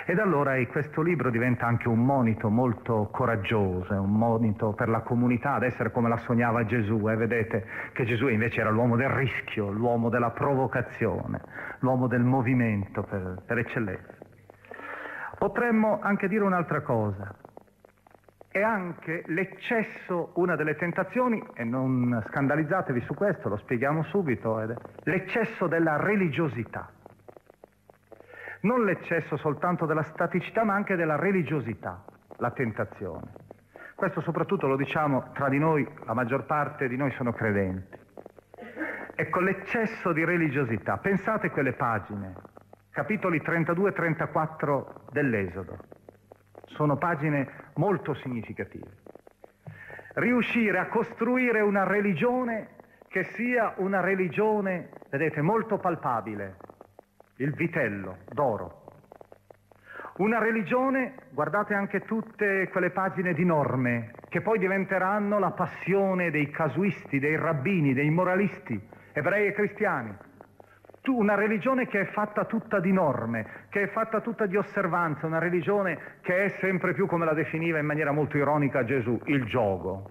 Ed allora questo libro diventa anche un monito molto coraggioso, è un monito per la comunità ad essere come la sognava Gesù, e vedete che Gesù invece era l'uomo del rischio, l'uomo della provocazione, l'uomo del movimento per eccellenza. Potremmo anche dire un'altra cosa. È anche l'eccesso una delle tentazioni, e non scandalizzatevi su questo, lo spieghiamo subito, ed è l'eccesso della religiosità. Non l'eccesso soltanto della staticità, ma anche della religiosità, la tentazione. Questo soprattutto lo diciamo tra di noi, la maggior parte di noi sono credenti. Ecco, l'eccesso di religiosità. Pensate a quelle pagine, capitoli 32 e 34 dell'Esodo. Sono pagine molto significative. Riuscire a costruire una religione che sia una religione, vedete, molto palpabile, il vitello d'oro. Una religione, guardate anche tutte quelle pagine di norme, che poi diventeranno la passione dei casuisti, dei rabbini, dei moralisti, ebrei e cristiani. Una religione che è fatta tutta di norme, che è fatta tutta di osservanza, una religione che è sempre più, come la definiva in maniera molto ironica Gesù, il giogo,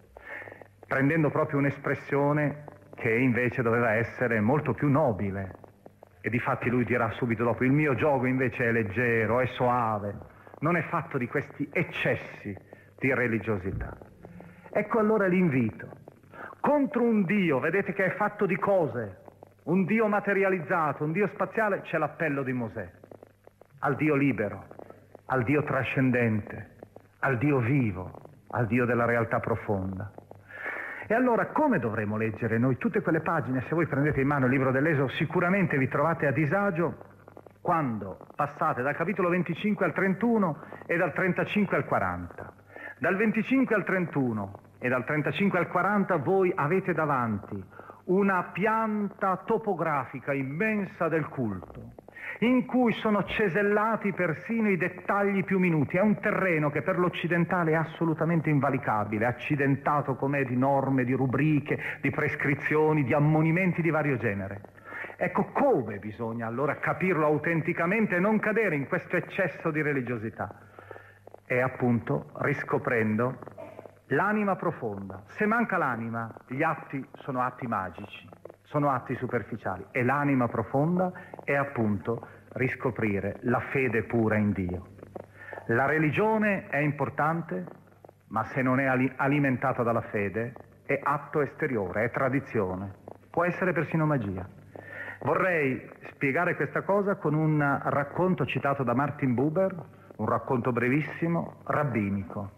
prendendo proprio un'espressione che invece doveva essere molto più nobile. E difatti lui dirà subito dopo: il mio giogo invece è leggero, è soave, non è fatto di questi eccessi di religiosità. Ecco allora l'invito. Contro un Dio, vedete, che è fatto di cose, un Dio materializzato, un Dio spaziale, c'è l'appello di Mosè, al Dio libero, al Dio trascendente, al Dio vivo, al Dio della realtà profonda. E allora come dovremo leggere noi tutte quelle pagine? Se voi prendete in mano il libro dell'Esodo sicuramente vi trovate a disagio quando passate dal capitolo 25 al 31 e dal 35 al 40. Dal 25 al 31 e dal 35 al 40 voi avete davanti una pianta topografica immensa del culto, in cui sono cesellati persino i dettagli più minuti. È un terreno che per l'occidentale è assolutamente invalicabile, accidentato com'è di norme, di rubriche, di prescrizioni, di ammonimenti di vario genere. Ecco come bisogna allora capirlo autenticamente e non cadere in questo eccesso di religiosità. È appunto riscoprendo l'anima profonda. Se manca l'anima, gli atti sono atti magici, sono atti superficiali, e l'anima profonda è appunto riscoprire la fede pura in Dio. La religione è importante, ma se non è alimentata dalla fede è atto esteriore, è tradizione, può essere persino magia. Vorrei spiegare questa cosa con un racconto citato da Martin Buber, un racconto brevissimo, rabbinico.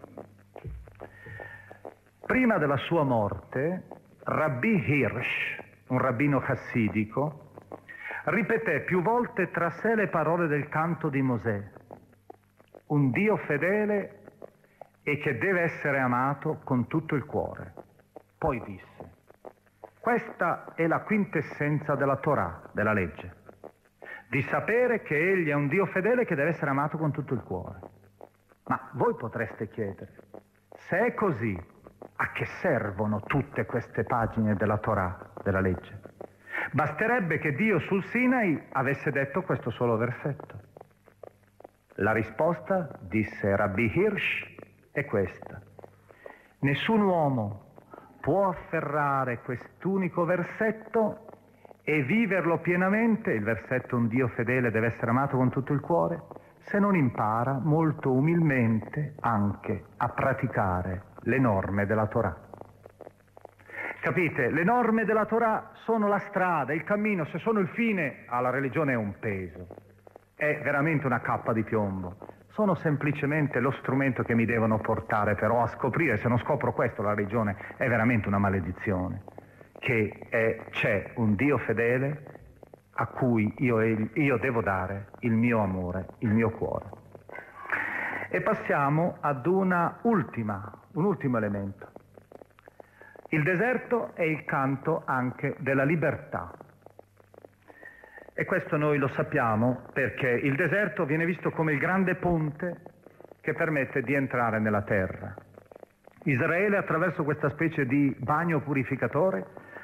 Prima della sua morte, Rabbi Hirsch, un rabbino chassidico, ripeté più volte tra sé le parole del canto di Mosè: un Dio fedele e che deve essere amato con tutto il cuore. Poi disse: questa è la quintessenza della Torah, della legge, di sapere che egli è un Dio fedele che deve essere amato con tutto il cuore. Ma voi potreste chiedere: se è così, a che servono tutte queste pagine della Torah, della legge? Basterebbe che Dio sul Sinai avesse detto questo solo versetto. La risposta, disse Rabbi Hirsch, è questa: nessun uomo può afferrare quest'unico versetto e viverlo pienamente, il versetto un Dio fedele deve essere amato con tutto il cuore, se non impara molto umilmente anche a praticare le norme della Torah. Capite? Le norme della Torah sono la strada, il cammino. Se sono il fine, alla religione è un peso, è veramente una cappa di piombo. Sono semplicemente lo strumento che mi devono portare però a scoprire. Se non scopro questo, la religione è veramente una maledizione, c'è un Dio fedele a cui io devo dare il mio amore, il mio cuore. E passiamo ad un ultimo elemento. Il deserto è il canto anche della libertà. E questo noi lo sappiamo perché il deserto viene visto come il grande ponte che permette di entrare nella terra. Israele, attraverso questa specie di bagno purificatore,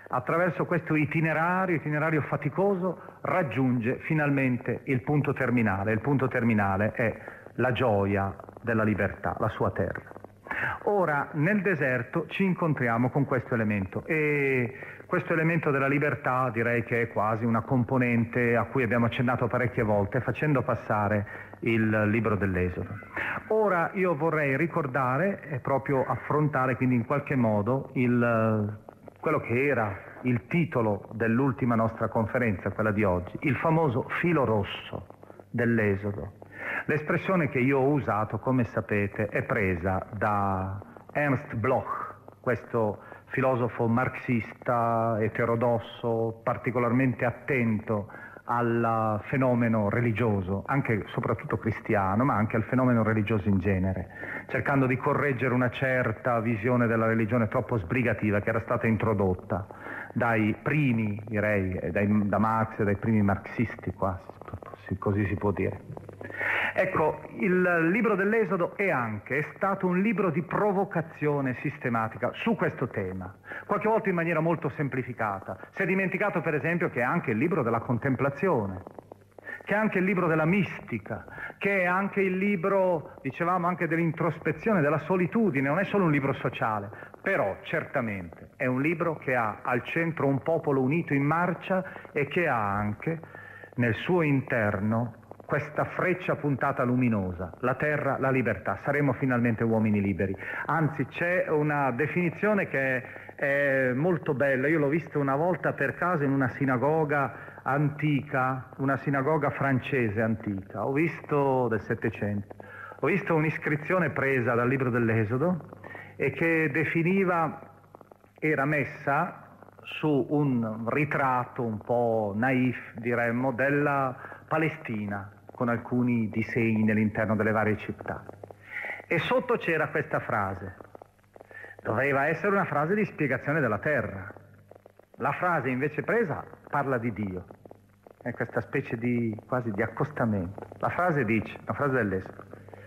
attraverso questo itinerario faticoso, raggiunge finalmente il punto terminale. Il punto terminale è la gioia della libertà, la sua terra. Ora, nel deserto ci incontriamo con questo elemento, e questo elemento della libertà direi che è quasi una componente a cui abbiamo accennato parecchie volte, facendo passare il libro dell'Esodo. Ora io vorrei ricordare e proprio affrontare quindi in qualche modo quello che era il titolo dell'ultima nostra conferenza, quella di oggi, il famoso filo rosso dell'Esodo. L'espressione che io ho usato, come sapete, è presa da Ernst Bloch, questo filosofo marxista, eterodosso, particolarmente attento al fenomeno religioso, anche soprattutto cristiano, ma anche al fenomeno religioso in genere, cercando di correggere una certa visione della religione troppo sbrigativa che era stata introdotta dai primi, direi, da Marx e dai primi marxisti quasi, così si può dire. Ecco, il libro dell'Esodo è stato un libro di provocazione sistematica su questo tema, qualche volta in maniera molto semplificata. Si è dimenticato per esempio che è anche il libro della contemplazione, che è anche il libro della mistica, che è anche il libro, dicevamo, anche dell'introspezione, della solitudine, non è solo un libro sociale, però certamente è un libro che ha al centro un popolo unito in marcia e che ha anche nel suo interno questa freccia puntata luminosa, la terra, la libertà, saremo finalmente uomini liberi. Anzi, c'è una definizione che è molto bella, io l'ho vista una volta per caso in una sinagoga antica, una sinagoga francese antica, del Settecento, ho visto un'iscrizione presa dal libro dell'Esodo e che era messa su un ritratto un po' naif, diremmo, della Palestina, con alcuni disegni nell'interno delle varie città. E sotto c'era questa frase. Doveva essere una frase di spiegazione della terra. La frase invece presa parla di Dio. È questa specie di quasi di accostamento. La frase dice, la frase dell'Esodo: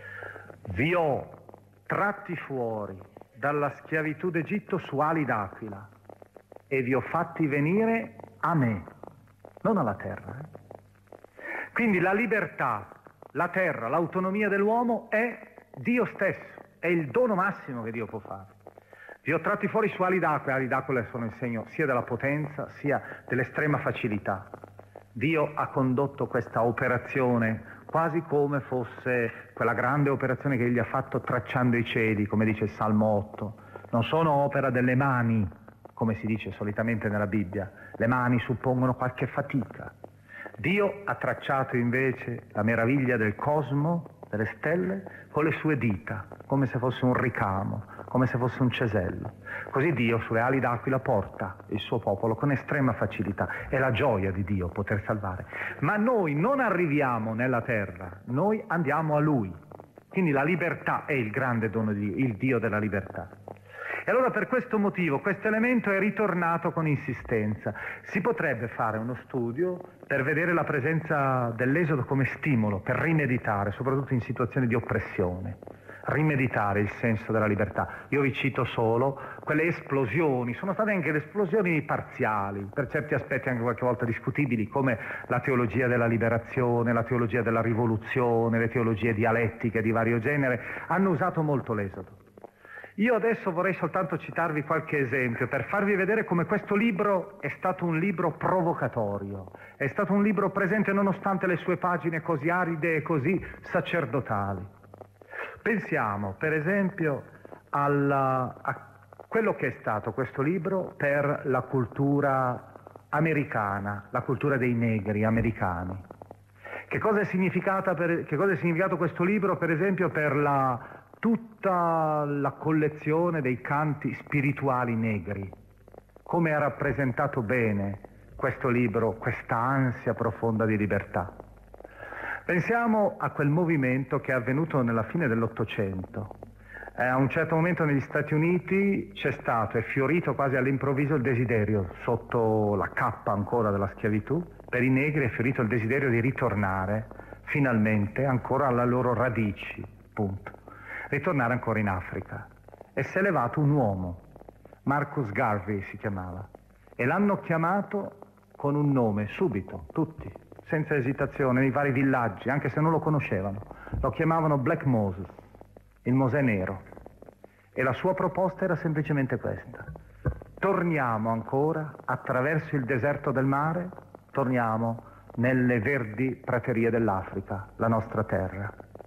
vi ho tratti fuori dalla schiavitù d'Egitto su ali d'aquila e vi ho fatti venire a me, non alla terra. Quindi la libertà, la terra, l'autonomia dell'uomo è Dio stesso, è il dono massimo che Dio può fare. Vi ho tratti fuori su ali d'aquila sono il segno sia della potenza sia dell'estrema facilità. Dio ha condotto questa operazione quasi come fosse quella grande operazione che egli ha fatto tracciando i cieli, come dice il Salmo 8. Non sono opera delle mani, come si dice solitamente nella Bibbia. Le mani suppongono qualche fatica. Dio ha tracciato invece la meraviglia del cosmo, delle stelle, con le sue dita, come se fosse un ricamo, come se fosse un cesello. Così Dio sulle ali d'aquila porta il suo popolo con estrema facilità. È la gioia di Dio poter salvare. Ma noi non arriviamo nella terra, noi andiamo a Lui. Quindi la libertà è il grande dono di Dio, il Dio della libertà. E allora per questo motivo questo elemento è ritornato con insistenza. Si potrebbe fare uno studio per vedere la presenza dell'Esodo come stimolo, per rimeditare, soprattutto in situazioni di oppressione, rimeditare il senso della libertà. Io vi cito solo quelle esplosioni, sono state anche le esplosioni parziali, per certi aspetti anche qualche volta discutibili, come la teologia della liberazione, la teologia della rivoluzione, le teologie dialettiche di vario genere, hanno usato molto l'Esodo. Io adesso vorrei soltanto citarvi qualche esempio per farvi vedere come questo libro è stato un libro provocatorio, è stato un libro presente nonostante le sue pagine così aride e così sacerdotali. Pensiamo per esempio a quello che è stato questo libro per la cultura americana, la cultura dei negri americani. Che cosa è significato questo libro per esempio per tutta la collezione dei canti spirituali negri? Come ha rappresentato bene questo libro questa ansia profonda di libertà? Pensiamo a quel movimento che è avvenuto nella fine dell'Ottocento. A un certo momento negli Stati Uniti è fiorito quasi all'improvviso il desiderio, sotto la cappa ancora della schiavitù, per i negri è fiorito il desiderio di ritornare finalmente ancora alle loro radici, punto. Ritornare ancora in Africa. E si è levato un uomo, Marcus Garvey si chiamava, e l'hanno chiamato con un nome, subito, tutti, senza esitazione, nei vari villaggi, anche se non lo conoscevano. Lo chiamavano Black Moses, il Mosè nero. E la sua proposta era semplicemente questa: torniamo ancora attraverso il deserto del mare, torniamo nelle verdi praterie dell'Africa, la nostra terra.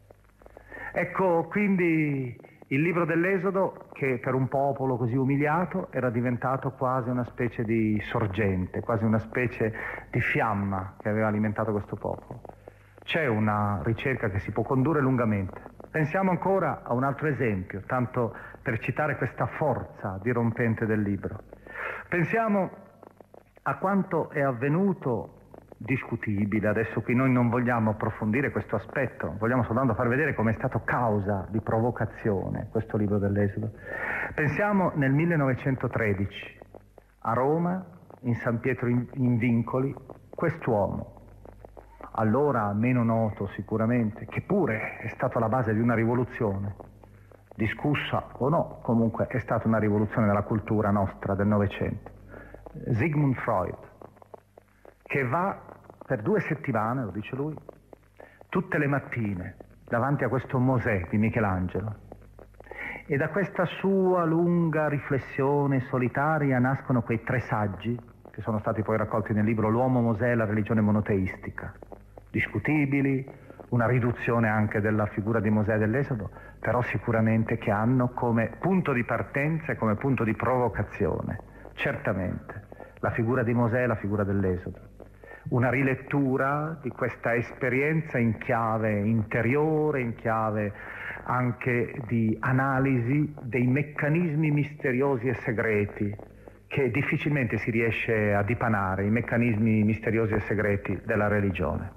Ecco quindi il libro dell'Esodo, che per un popolo così umiliato era diventato quasi una specie di sorgente, quasi una specie di fiamma che aveva alimentato questo popolo. C'è una ricerca che si può condurre lungamente. Pensiamo ancora a un altro esempio, tanto per citare questa forza dirompente del libro. Pensiamo a quanto è avvenuto, discutibile, adesso qui noi non vogliamo approfondire questo aspetto, vogliamo soltanto far vedere come è stato causa di provocazione questo libro dell'Esodo. Pensiamo nel 1913, a Roma, in San Pietro in Vincoli, quest'uomo, allora meno noto sicuramente, che pure è stato la base di una rivoluzione, discussa o no, comunque è stata una rivoluzione nella cultura nostra del Novecento, Sigmund Freud, che va per 2 settimane, lo dice lui, tutte le mattine davanti a questo Mosè di Michelangelo, e da questa sua lunga riflessione solitaria nascono quei 3 saggi che sono stati poi raccolti nel libro L'uomo Mosè e la religione monoteistica, discutibili, una riduzione anche della figura di Mosè dell'Esodo, però sicuramente che hanno come punto di partenza e come punto di provocazione certamente la figura di Mosè e la figura dell'Esodo. Una rilettura di questa esperienza in chiave interiore, in chiave anche di analisi dei meccanismi misteriosi e segreti che difficilmente si riesce a dipanare, i meccanismi misteriosi e segreti della religione.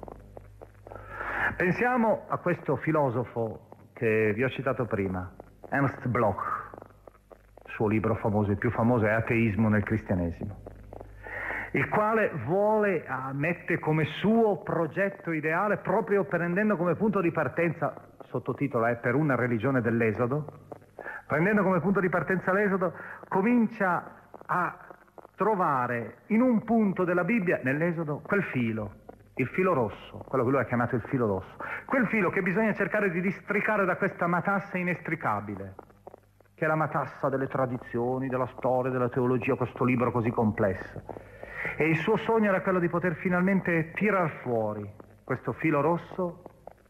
Pensiamo a questo filosofo che vi ho citato prima, Ernst Bloch. Il suo libro famoso, il più famoso, è Ateismo nel cristianesimo, il quale mette come suo progetto ideale, proprio prendendo come punto di partenza, sottotitolo è Per una religione dell'Esodo, prendendo come punto di partenza l'Esodo, comincia a trovare in un punto della Bibbia, nell'Esodo, quel filo, il filo rosso, quello che lui ha chiamato il filo rosso, quel filo che bisogna cercare di districare da questa matassa inestricabile, che è la matassa delle tradizioni, della storia, della teologia, questo libro così complesso. E il suo sogno era quello di poter finalmente tirar fuori questo filo rosso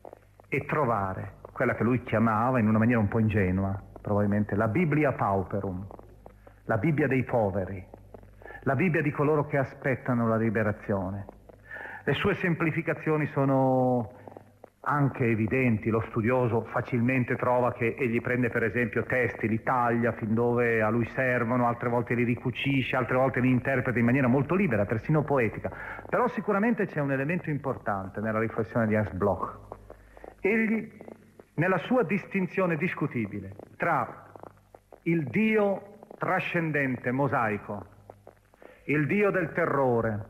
e trovare quella che lui chiamava, in una maniera un po' ingenua, probabilmente, la Biblia Pauperum, la Bibbia dei poveri, la Bibbia di coloro che aspettano la liberazione. Le sue semplificazioni sono anche evidenti, lo studioso facilmente trova che egli prende per esempio testi, li taglia fin dove a lui servono, altre volte li ricucisce, altre volte li interpreta in maniera molto libera, persino poetica. Però sicuramente c'è un elemento importante nella riflessione di Ernst Bloch. Egli, nella sua distinzione discutibile tra il Dio trascendente, mosaico, il Dio del terrore,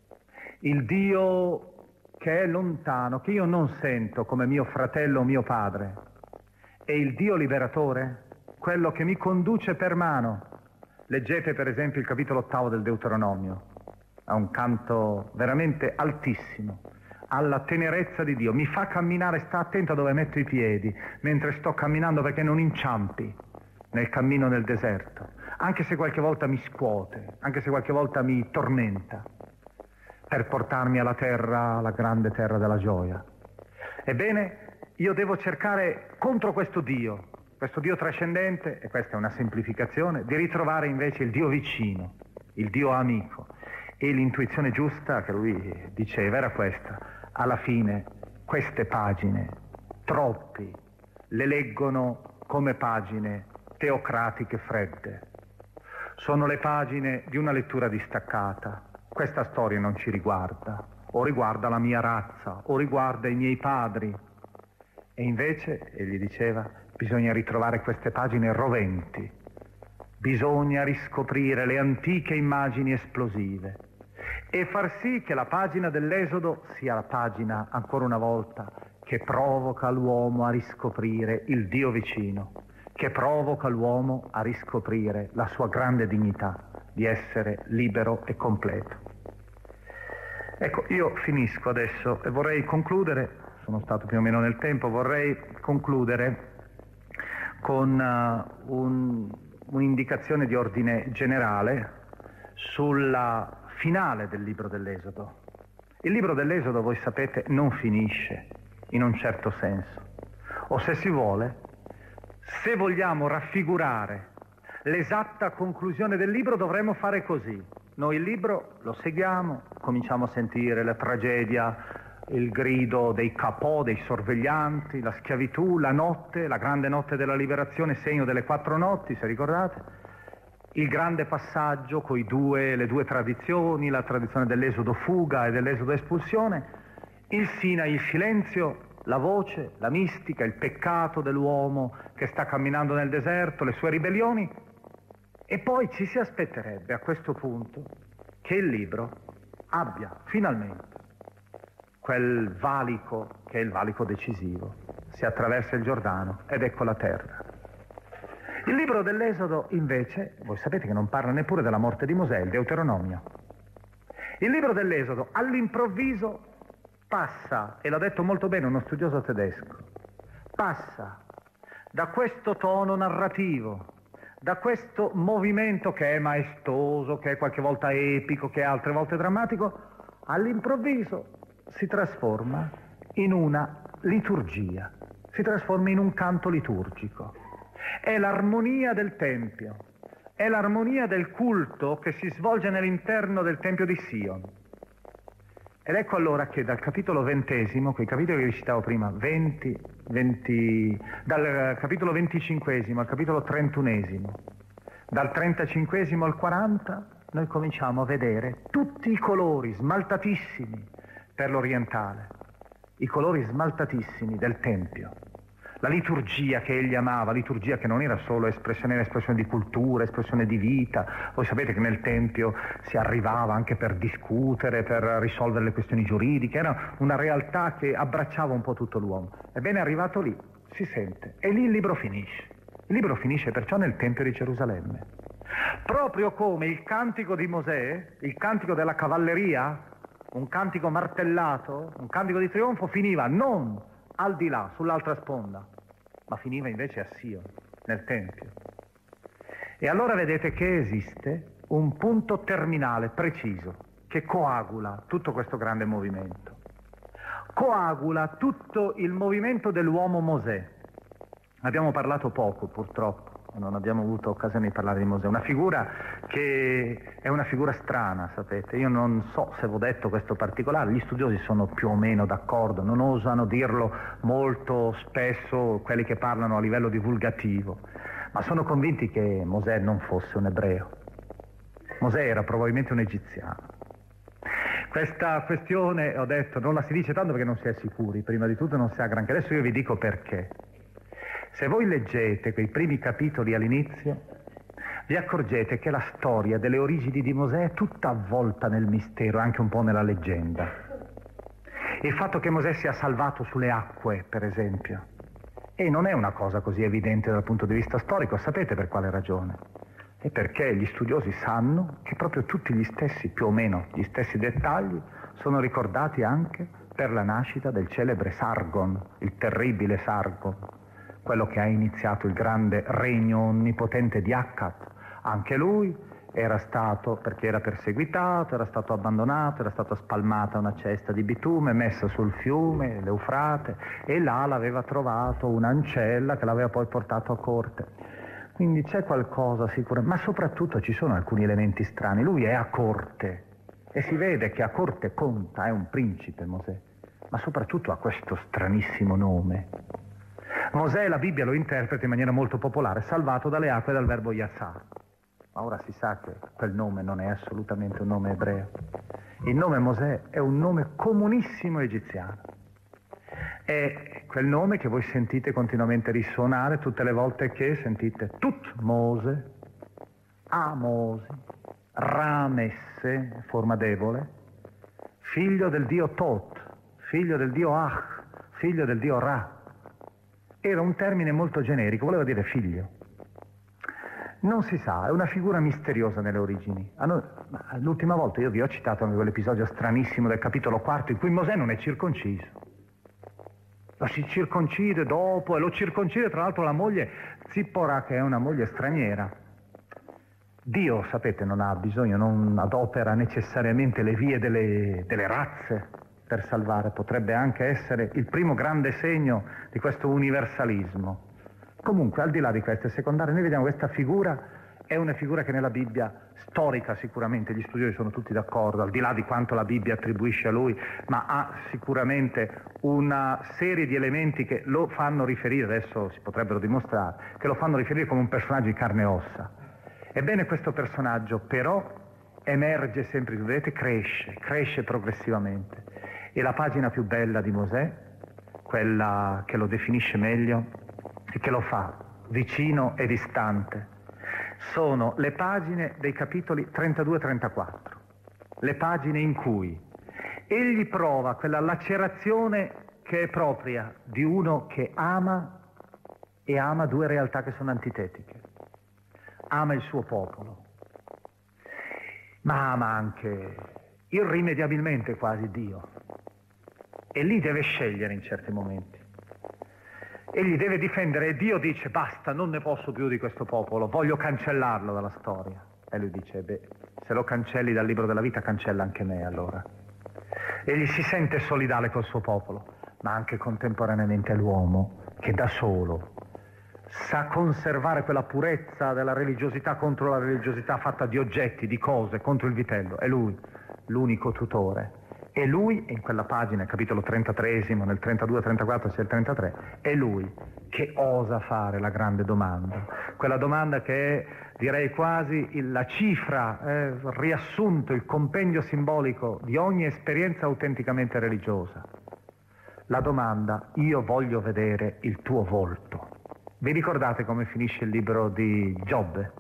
il Dio che è lontano, che io non sento come mio fratello o mio padre, e il Dio liberatore, quello che mi conduce per mano. Leggete per esempio il capitolo 8 del Deuteronomio, ha un canto veramente altissimo, alla tenerezza di Dio, mi fa camminare, sta attento a dove metto i piedi, mentre sto camminando, perché non inciampi nel cammino nel deserto, anche se qualche volta mi scuote, anche se qualche volta mi tormenta, per portarmi alla terra, la grande terra della gioia. Ebbene, io devo cercare contro questo Dio trascendente, e questa è una semplificazione, di ritrovare invece il Dio vicino, il Dio amico. E l'intuizione giusta che lui diceva era questa: alla fine queste pagine, troppi, le leggono come pagine teocratiche fredde. Sono le pagine di una lettura distaccata. Questa storia non ci riguarda, o riguarda la mia razza, o riguarda i miei padri. E invece, egli diceva, bisogna ritrovare queste pagine roventi, bisogna riscoprire le antiche immagini esplosive e far sì che la pagina dell'Esodo sia la pagina, ancora una volta, che provoca l'uomo a riscoprire il Dio vicino, che provoca l'uomo a riscoprire la sua grande dignità, di essere libero e completo. Ecco, io finisco adesso e vorrei concludere, sono stato più o meno nel tempo, vorrei concludere con un'indicazione di ordine generale sulla finale del libro dell'Esodo. Il libro dell'Esodo, voi sapete, non finisce in un certo senso. O se si vuole, se vogliamo raffigurare l'esatta conclusione del libro, dovremmo fare così. Noi il libro lo seguiamo, cominciamo a sentire la tragedia, il grido dei capò, dei sorveglianti, la schiavitù, la notte, la grande notte della liberazione, segno delle 4 notti, se ricordate. Il grande passaggio con le due tradizioni, la tradizione dell'esodo fuga e dell'esodo espulsione, il Sinai, il silenzio, la voce, la mistica, il peccato dell'uomo che sta camminando nel deserto, le sue ribellioni, e poi ci si aspetterebbe a questo punto che il libro abbia finalmente quel valico che è il valico decisivo. Si attraversa il Giordano ed ecco la terra. Il libro dell'Esodo invece, voi sapete che non parla neppure della morte di Mosè, il Deuteronomio. Il libro dell'Esodo all'improvviso passa, e l'ha detto molto bene uno studioso tedesco, passa da questo tono narrativo, da questo movimento che è maestoso, che è qualche volta epico, che è altre volte drammatico, all'improvviso si trasforma in una liturgia, si trasforma in un canto liturgico. È l'armonia del Tempio, è l'armonia del culto che si svolge nell'interno del Tempio di Sion. Ed ecco allora che dal capitolo 20, quei capitoli che vi citavo prima, dal capitolo 25 al capitolo 31, dal 35 al 40, noi cominciamo a vedere tutti i colori smaltatissimi per l'orientale, i colori smaltatissimi del Tempio. La liturgia che egli amava, liturgia che non era solo espressione di cultura, espressione di vita. Voi sapete che nel Tempio si arrivava anche per discutere, per risolvere le questioni giuridiche, era una realtà che abbracciava un po' tutto l'uomo. Ebbene, arrivato lì, si sente, e lì il libro finisce. Il libro finisce perciò nel Tempio di Gerusalemme. Proprio come il cantico di Mosè, il cantico della cavalleria, un cantico martellato, un cantico di trionfo, finiva non al di là, sull'altra sponda, ma finiva invece a Sion, nel Tempio. E allora vedete che esiste un punto terminale preciso che coagula tutto questo grande movimento. Coagula tutto il movimento dell'uomo Mosè. Abbiamo parlato poco, purtroppo, non abbiamo avuto occasione di parlare di Mosè, una figura che è una figura strana, sapete. Io non so se avevo detto questo particolare, gli studiosi sono più o meno d'accordo, non osano dirlo molto spesso quelli che parlano a livello divulgativo, ma sono convinti che Mosè non fosse un ebreo. Mosè era probabilmente un egiziano. Questa questione, ho detto, non la si dice tanto perché non si è sicuri, prima di tutto non si ha granché. Adesso io vi dico perché. Se voi leggete quei primi capitoli all'inizio, vi accorgete che la storia delle origini di Mosè è tutta avvolta nel mistero, anche un po' nella leggenda. Il fatto che Mosè sia salvato sulle acque, per esempio, e non è una cosa così evidente dal punto di vista storico, sapete per quale ragione? È perché gli studiosi sanno che proprio tutti gli stessi, più o meno, gli stessi dettagli sono ricordati anche per la nascita del celebre Sargon, il terribile Sargon, quello che ha iniziato il grande regno onnipotente di Akkad. Anche lui era stato, perché era perseguitato, era stato abbandonato, era stata spalmata una cesta di bitume, messa sul fiume, l'Eufrate, e là l'aveva trovato un'ancella che l'aveva poi portato a corte. Quindi c'è qualcosa sicuramente, ma soprattutto ci sono alcuni elementi strani. Lui è a corte e si vede che a corte conta, è un principe Mosè, ma soprattutto ha questo stranissimo nome. Mosè, la Bibbia lo interpreta in maniera molto popolare, salvato dalle acque dal verbo Yassar. Ma ora si sa che quel nome non è assolutamente un nome ebreo. Il nome Mosè è un nome comunissimo egiziano. È quel nome che voi sentite continuamente risuonare tutte le volte che sentite Tut Mose, Amosi, Ramesse, forma debole, figlio del dio Tot, figlio del dio Ach, figlio del dio Ra. Era un termine molto generico, voleva dire figlio. Non si sa, è una figura misteriosa nelle origini. L'ultima volta io vi ho citato anche quell'episodio stranissimo del capitolo 4 in cui Mosè non è circonciso. Lo si circoncide dopo, e lo circoncide tra l'altro la moglie Zippora, che è una moglie straniera. Dio, sapete, non ha bisogno, non adopera necessariamente le vie delle razze per salvare. Potrebbe anche essere il primo grande segno di questo universalismo. Comunque, al di là di questo secondario, noi vediamo questa figura, è una figura che nella Bibbia, storica sicuramente, gli studiosi sono tutti d'accordo, al di là di quanto la Bibbia attribuisce a lui, ma ha sicuramente una serie di elementi che lo fanno riferire, adesso si potrebbero dimostrare, che lo fanno riferire come un personaggio di carne e ossa. Ebbene, questo personaggio però emerge sempre, vedete, cresce progressivamente. E la pagina più bella di Mosè, quella che lo definisce meglio, e che lo fa vicino e distante, sono le pagine dei capitoli 32 e 34, le pagine in cui egli prova quella lacerazione che è propria di uno che ama, e ama due realtà che sono antitetiche. Ama il suo popolo, ma ama anche irrimediabilmente quasi Dio, e lì deve scegliere in certi momenti. Egli deve difendere, e Dio dice: basta, non ne posso più di questo popolo, voglio cancellarlo dalla storia. E lui dice: beh, se lo cancelli dal libro della vita, cancella anche me allora. Egli si sente solidale col suo popolo, ma anche contemporaneamente è l'uomo che da solo sa conservare quella purezza della religiosità contro la religiosità fatta di oggetti, di cose, contro il vitello. È lui l'unico tutore. E lui, in quella pagina, capitolo 33esimo, nel 32-34 c'è il 33, è lui che osa fare la grande domanda. Quella domanda che è, direi quasi, la cifra, riassunto, il compendio simbolico di ogni esperienza autenticamente religiosa. La domanda: io voglio vedere il tuo volto. Vi ricordate come finisce il libro di Giobbe?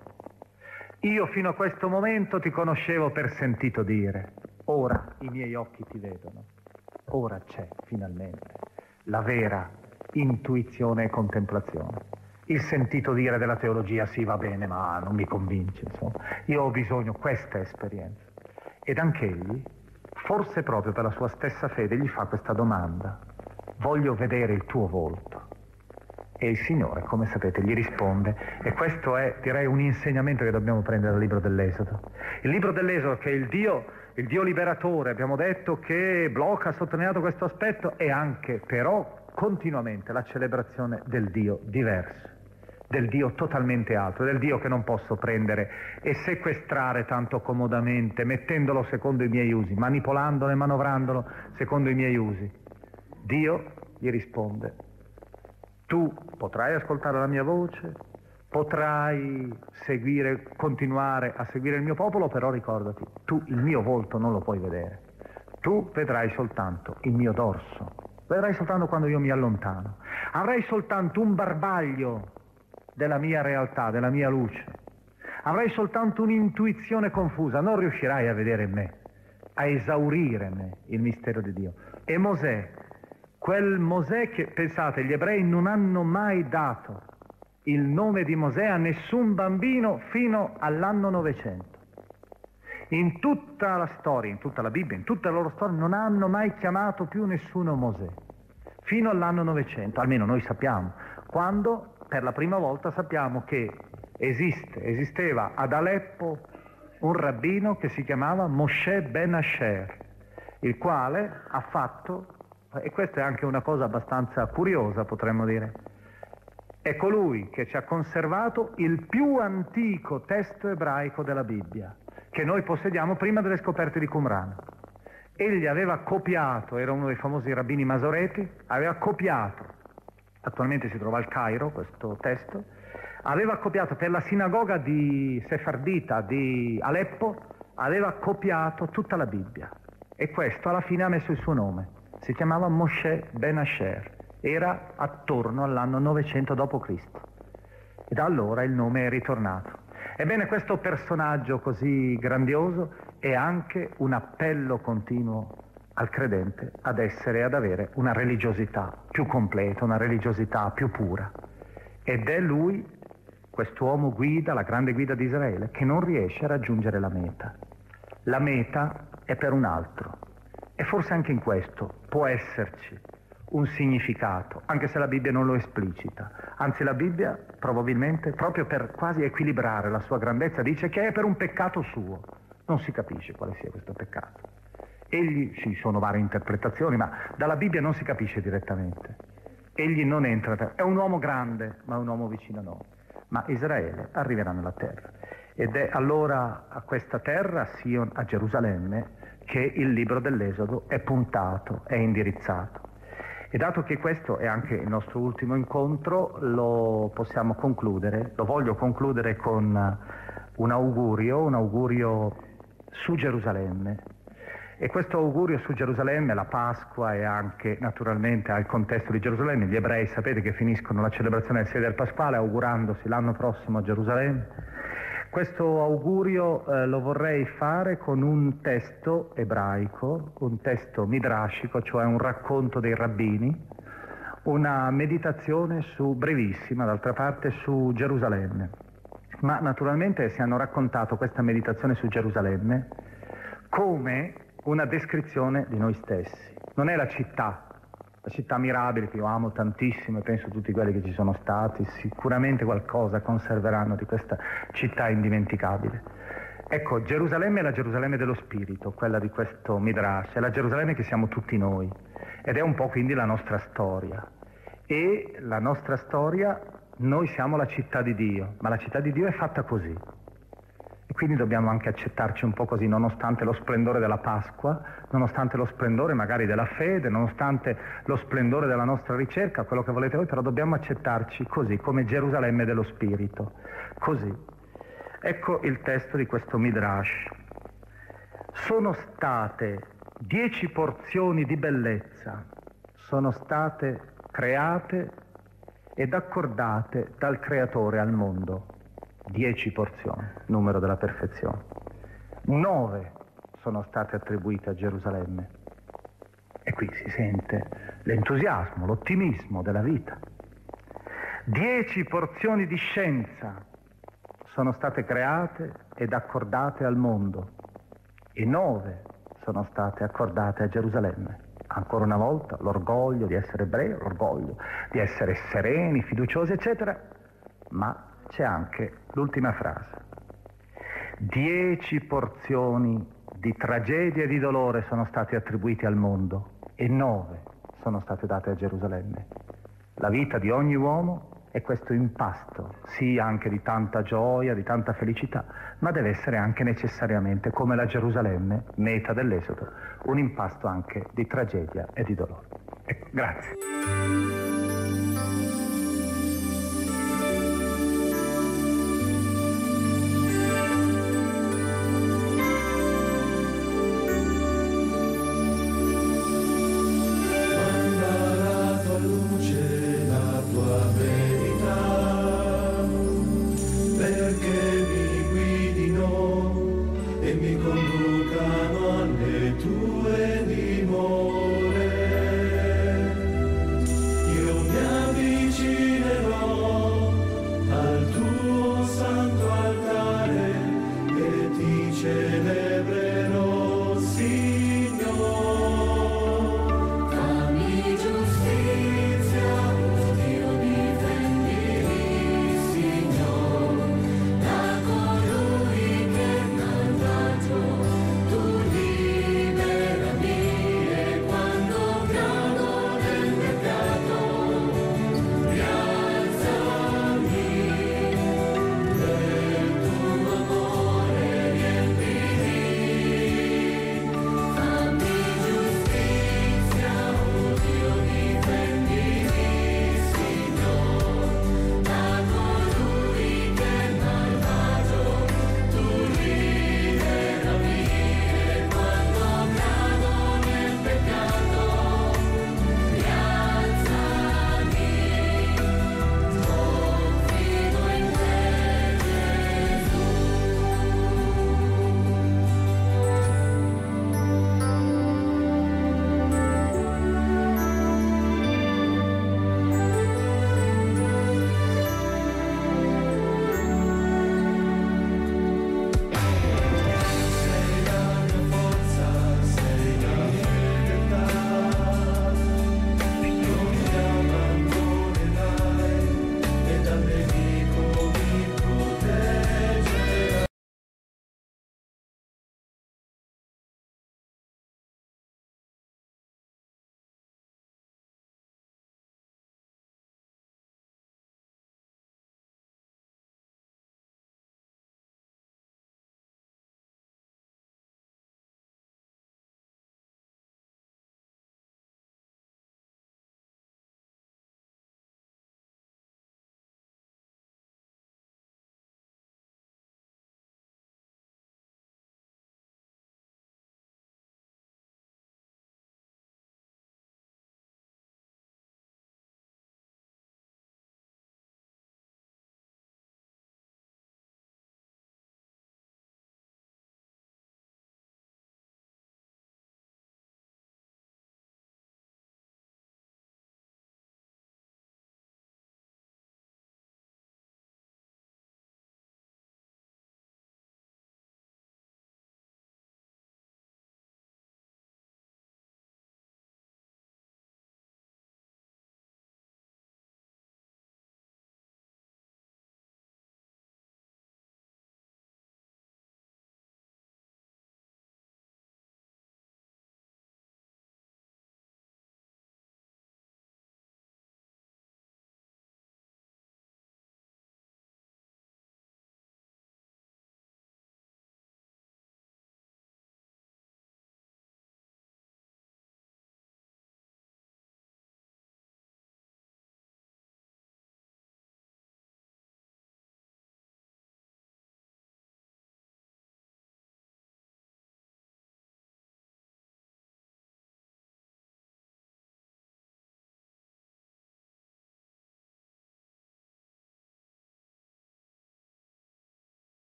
Io fino a questo momento ti conoscevo per sentito dire. Ora i miei occhi ti vedono. Ora c'è finalmente la vera intuizione e contemplazione. Il sentito dire della teologia sì, va bene, ma non mi convince, insomma. Io ho bisogno questa esperienza. Ed anch'egli, forse proprio per la sua stessa fede, gli fa questa domanda: voglio vedere il tuo volto. E il Signore, come sapete, gli risponde, e questo è, direi, un insegnamento che dobbiamo prendere dal libro dell'Esodo. Il libro dell'Esodo, che è il Dio liberatore, abbiamo detto che Bloch ha sottolineato questo aspetto, è anche però continuamente la celebrazione del Dio diverso, del Dio totalmente altro, del Dio che non posso prendere e sequestrare tanto comodamente, mettendolo secondo i miei usi, manipolandolo e manovrandolo secondo i miei usi. Dio gli risponde: tu potrai ascoltare la mia voce, potrai continuare a seguire il mio popolo, però ricordati, tu il mio volto non lo puoi vedere. Tu vedrai soltanto il mio dorso, vedrai soltanto quando io mi allontano. Avrai soltanto un barbaglio della mia realtà, della mia luce. Avrai soltanto un'intuizione confusa, non riuscirai a vedere me, a esaurire me, il mistero di Dio. E Mosè, quel Mosè che, pensate, gli ebrei non hanno mai dato il nome di Mosè a nessun bambino fino all'anno 900. In tutta la storia, in tutta la Bibbia, in tutta la loro storia, non hanno mai chiamato più nessuno Mosè, fino all'anno 900, almeno noi sappiamo, quando per la prima volta sappiamo che esisteva ad Aleppo un rabbino che si chiamava Moshe ben Asher, il quale ha fatto, e questa è anche una cosa abbastanza curiosa, potremmo dire, è colui che ci ha conservato il più antico testo ebraico della Bibbia, che noi possediamo prima delle scoperte di Qumran. Egli aveva copiato, era uno dei famosi rabbini masoreti, aveva copiato, attualmente si trova al Cairo questo testo, aveva copiato per la sinagoga di Sefardita di Aleppo, aveva copiato tutta la Bibbia, e questo alla fine ha messo il suo nome. Si chiamava Moshe ben Asher, era attorno all'anno 900 d.C. e da allora il nome è ritornato. Ebbene, questo personaggio così grandioso è anche un appello continuo al credente ad avere una religiosità più completa, una religiosità più pura. Ed è lui Quest'uomo guida la grande guida di Israele che non riesce a raggiungere la meta. La meta è per un altro e forse anche in questo può esserci un significato, anche se la Bibbia non lo esplicita. Anzi, la Bibbia probabilmente, proprio per quasi equilibrare la sua grandezza, dice che è per un peccato suo. Non si capisce quale sia questo peccato. Ci sono varie interpretazioni, ma dalla Bibbia non si capisce direttamente. Egli non entra, è un uomo grande, ma è un uomo vicino a noi. Ma Israele arriverà nella terra. Ed è allora a questa terra, Sion, a Gerusalemme, che il libro dell'Esodo è puntato, è indirizzato. E dato che questo è anche il nostro ultimo incontro, lo possiamo concludere, lo voglio concludere con un augurio su Gerusalemme. E questo augurio su Gerusalemme, la Pasqua e anche naturalmente al contesto di Gerusalemme, gli ebrei sapete che finiscono la celebrazione del Seder Pasquale augurandosi l'anno prossimo a Gerusalemme. Questo augurio lo vorrei fare con un testo ebraico, un testo midrashico, cioè un racconto dei rabbini, una meditazione brevissima, d'altra parte, su Gerusalemme. Ma naturalmente si hanno raccontato questa meditazione su Gerusalemme come una descrizione di noi stessi. Non è la città mirabile che io amo tantissimo e penso tutti quelli che ci sono stati sicuramente qualcosa conserveranno di questa città indimenticabile. Ecco, Gerusalemme è la Gerusalemme dello spirito, quella di questo Midrash, è la Gerusalemme che siamo tutti noi ed è un po' quindi la nostra storia. E la nostra storia, noi siamo la città di Dio, ma la città di Dio è fatta così. E quindi dobbiamo anche accettarci un po' così, nonostante lo splendore della Pasqua, nonostante lo splendore magari della fede, nonostante lo splendore della nostra ricerca, quello che volete voi, però dobbiamo accettarci così, come Gerusalemme dello Spirito. Così. Ecco il testo di questo Midrash. Sono state 10 porzioni di bellezza, sono state create ed accordate dal Creatore al mondo. 10 porzioni, numero della perfezione. 9 sono state attribuite a Gerusalemme. E qui si sente l'entusiasmo, l'ottimismo della vita. 10 porzioni di scienza sono state create ed accordate al mondo. E 9 sono state accordate a Gerusalemme. Ancora una volta l'orgoglio di essere ebreo, l'orgoglio di essere sereni, fiduciosi, eccetera, ma c'è anche l'ultima frase. 10 porzioni di tragedia e di dolore sono state attribuite al mondo e 9 sono state date a Gerusalemme. La vita di ogni uomo è questo impasto, sì anche di tanta gioia, di tanta felicità, ma deve essere anche necessariamente, come la Gerusalemme, meta dell'Esodo, un impasto anche di tragedia e di dolore. Ecco, grazie. Io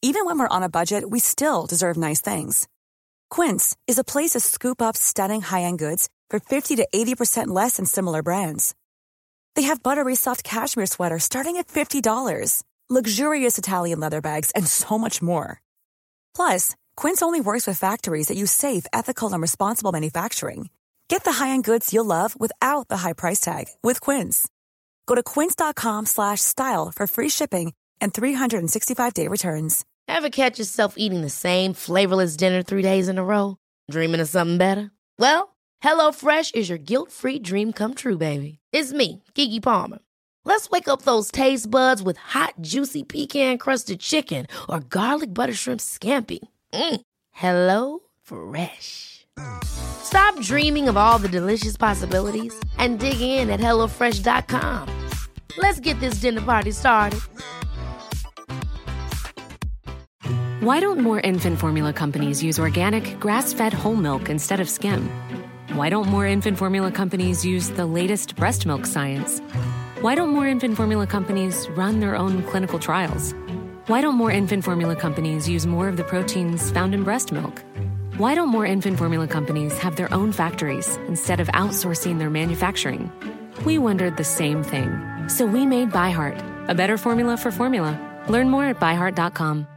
Even when we're on a budget, we still deserve nice things. Quince is a place to scoop up stunning high-end goods for 50 to 80% less than similar brands. They have buttery soft cashmere sweaters starting at $50, luxurious Italian leather bags, and so much more. Plus, Quince only works with factories that use safe, ethical, and responsible manufacturing. Get the high-end goods you'll love without the high price tag with Quince. Go to quince.com/style for free shipping and 365-day returns. Ever catch yourself eating the same flavorless dinner 3 days in a row? Dreaming of something better? Well, HelloFresh is your guilt-free dream come true, baby. It's me, Keke Palmer. Let's wake up those taste buds with hot, juicy pecan-crusted chicken or garlic butter shrimp scampi. Hello Fresh. Stop dreaming of all the delicious possibilities and dig in at HelloFresh.com. Let's get this dinner party started. Why don't more infant formula companies use organic, grass-fed whole milk instead of skim? Why don't more infant formula companies use the latest breast milk science? Why don't more infant formula companies run their own clinical trials? Why don't more infant formula companies use more of the proteins found in breast milk? Why don't more infant formula companies have their own factories instead of outsourcing their manufacturing? We wondered the same thing. So we made ByHeart, a better formula for formula. Learn more at byheart.com.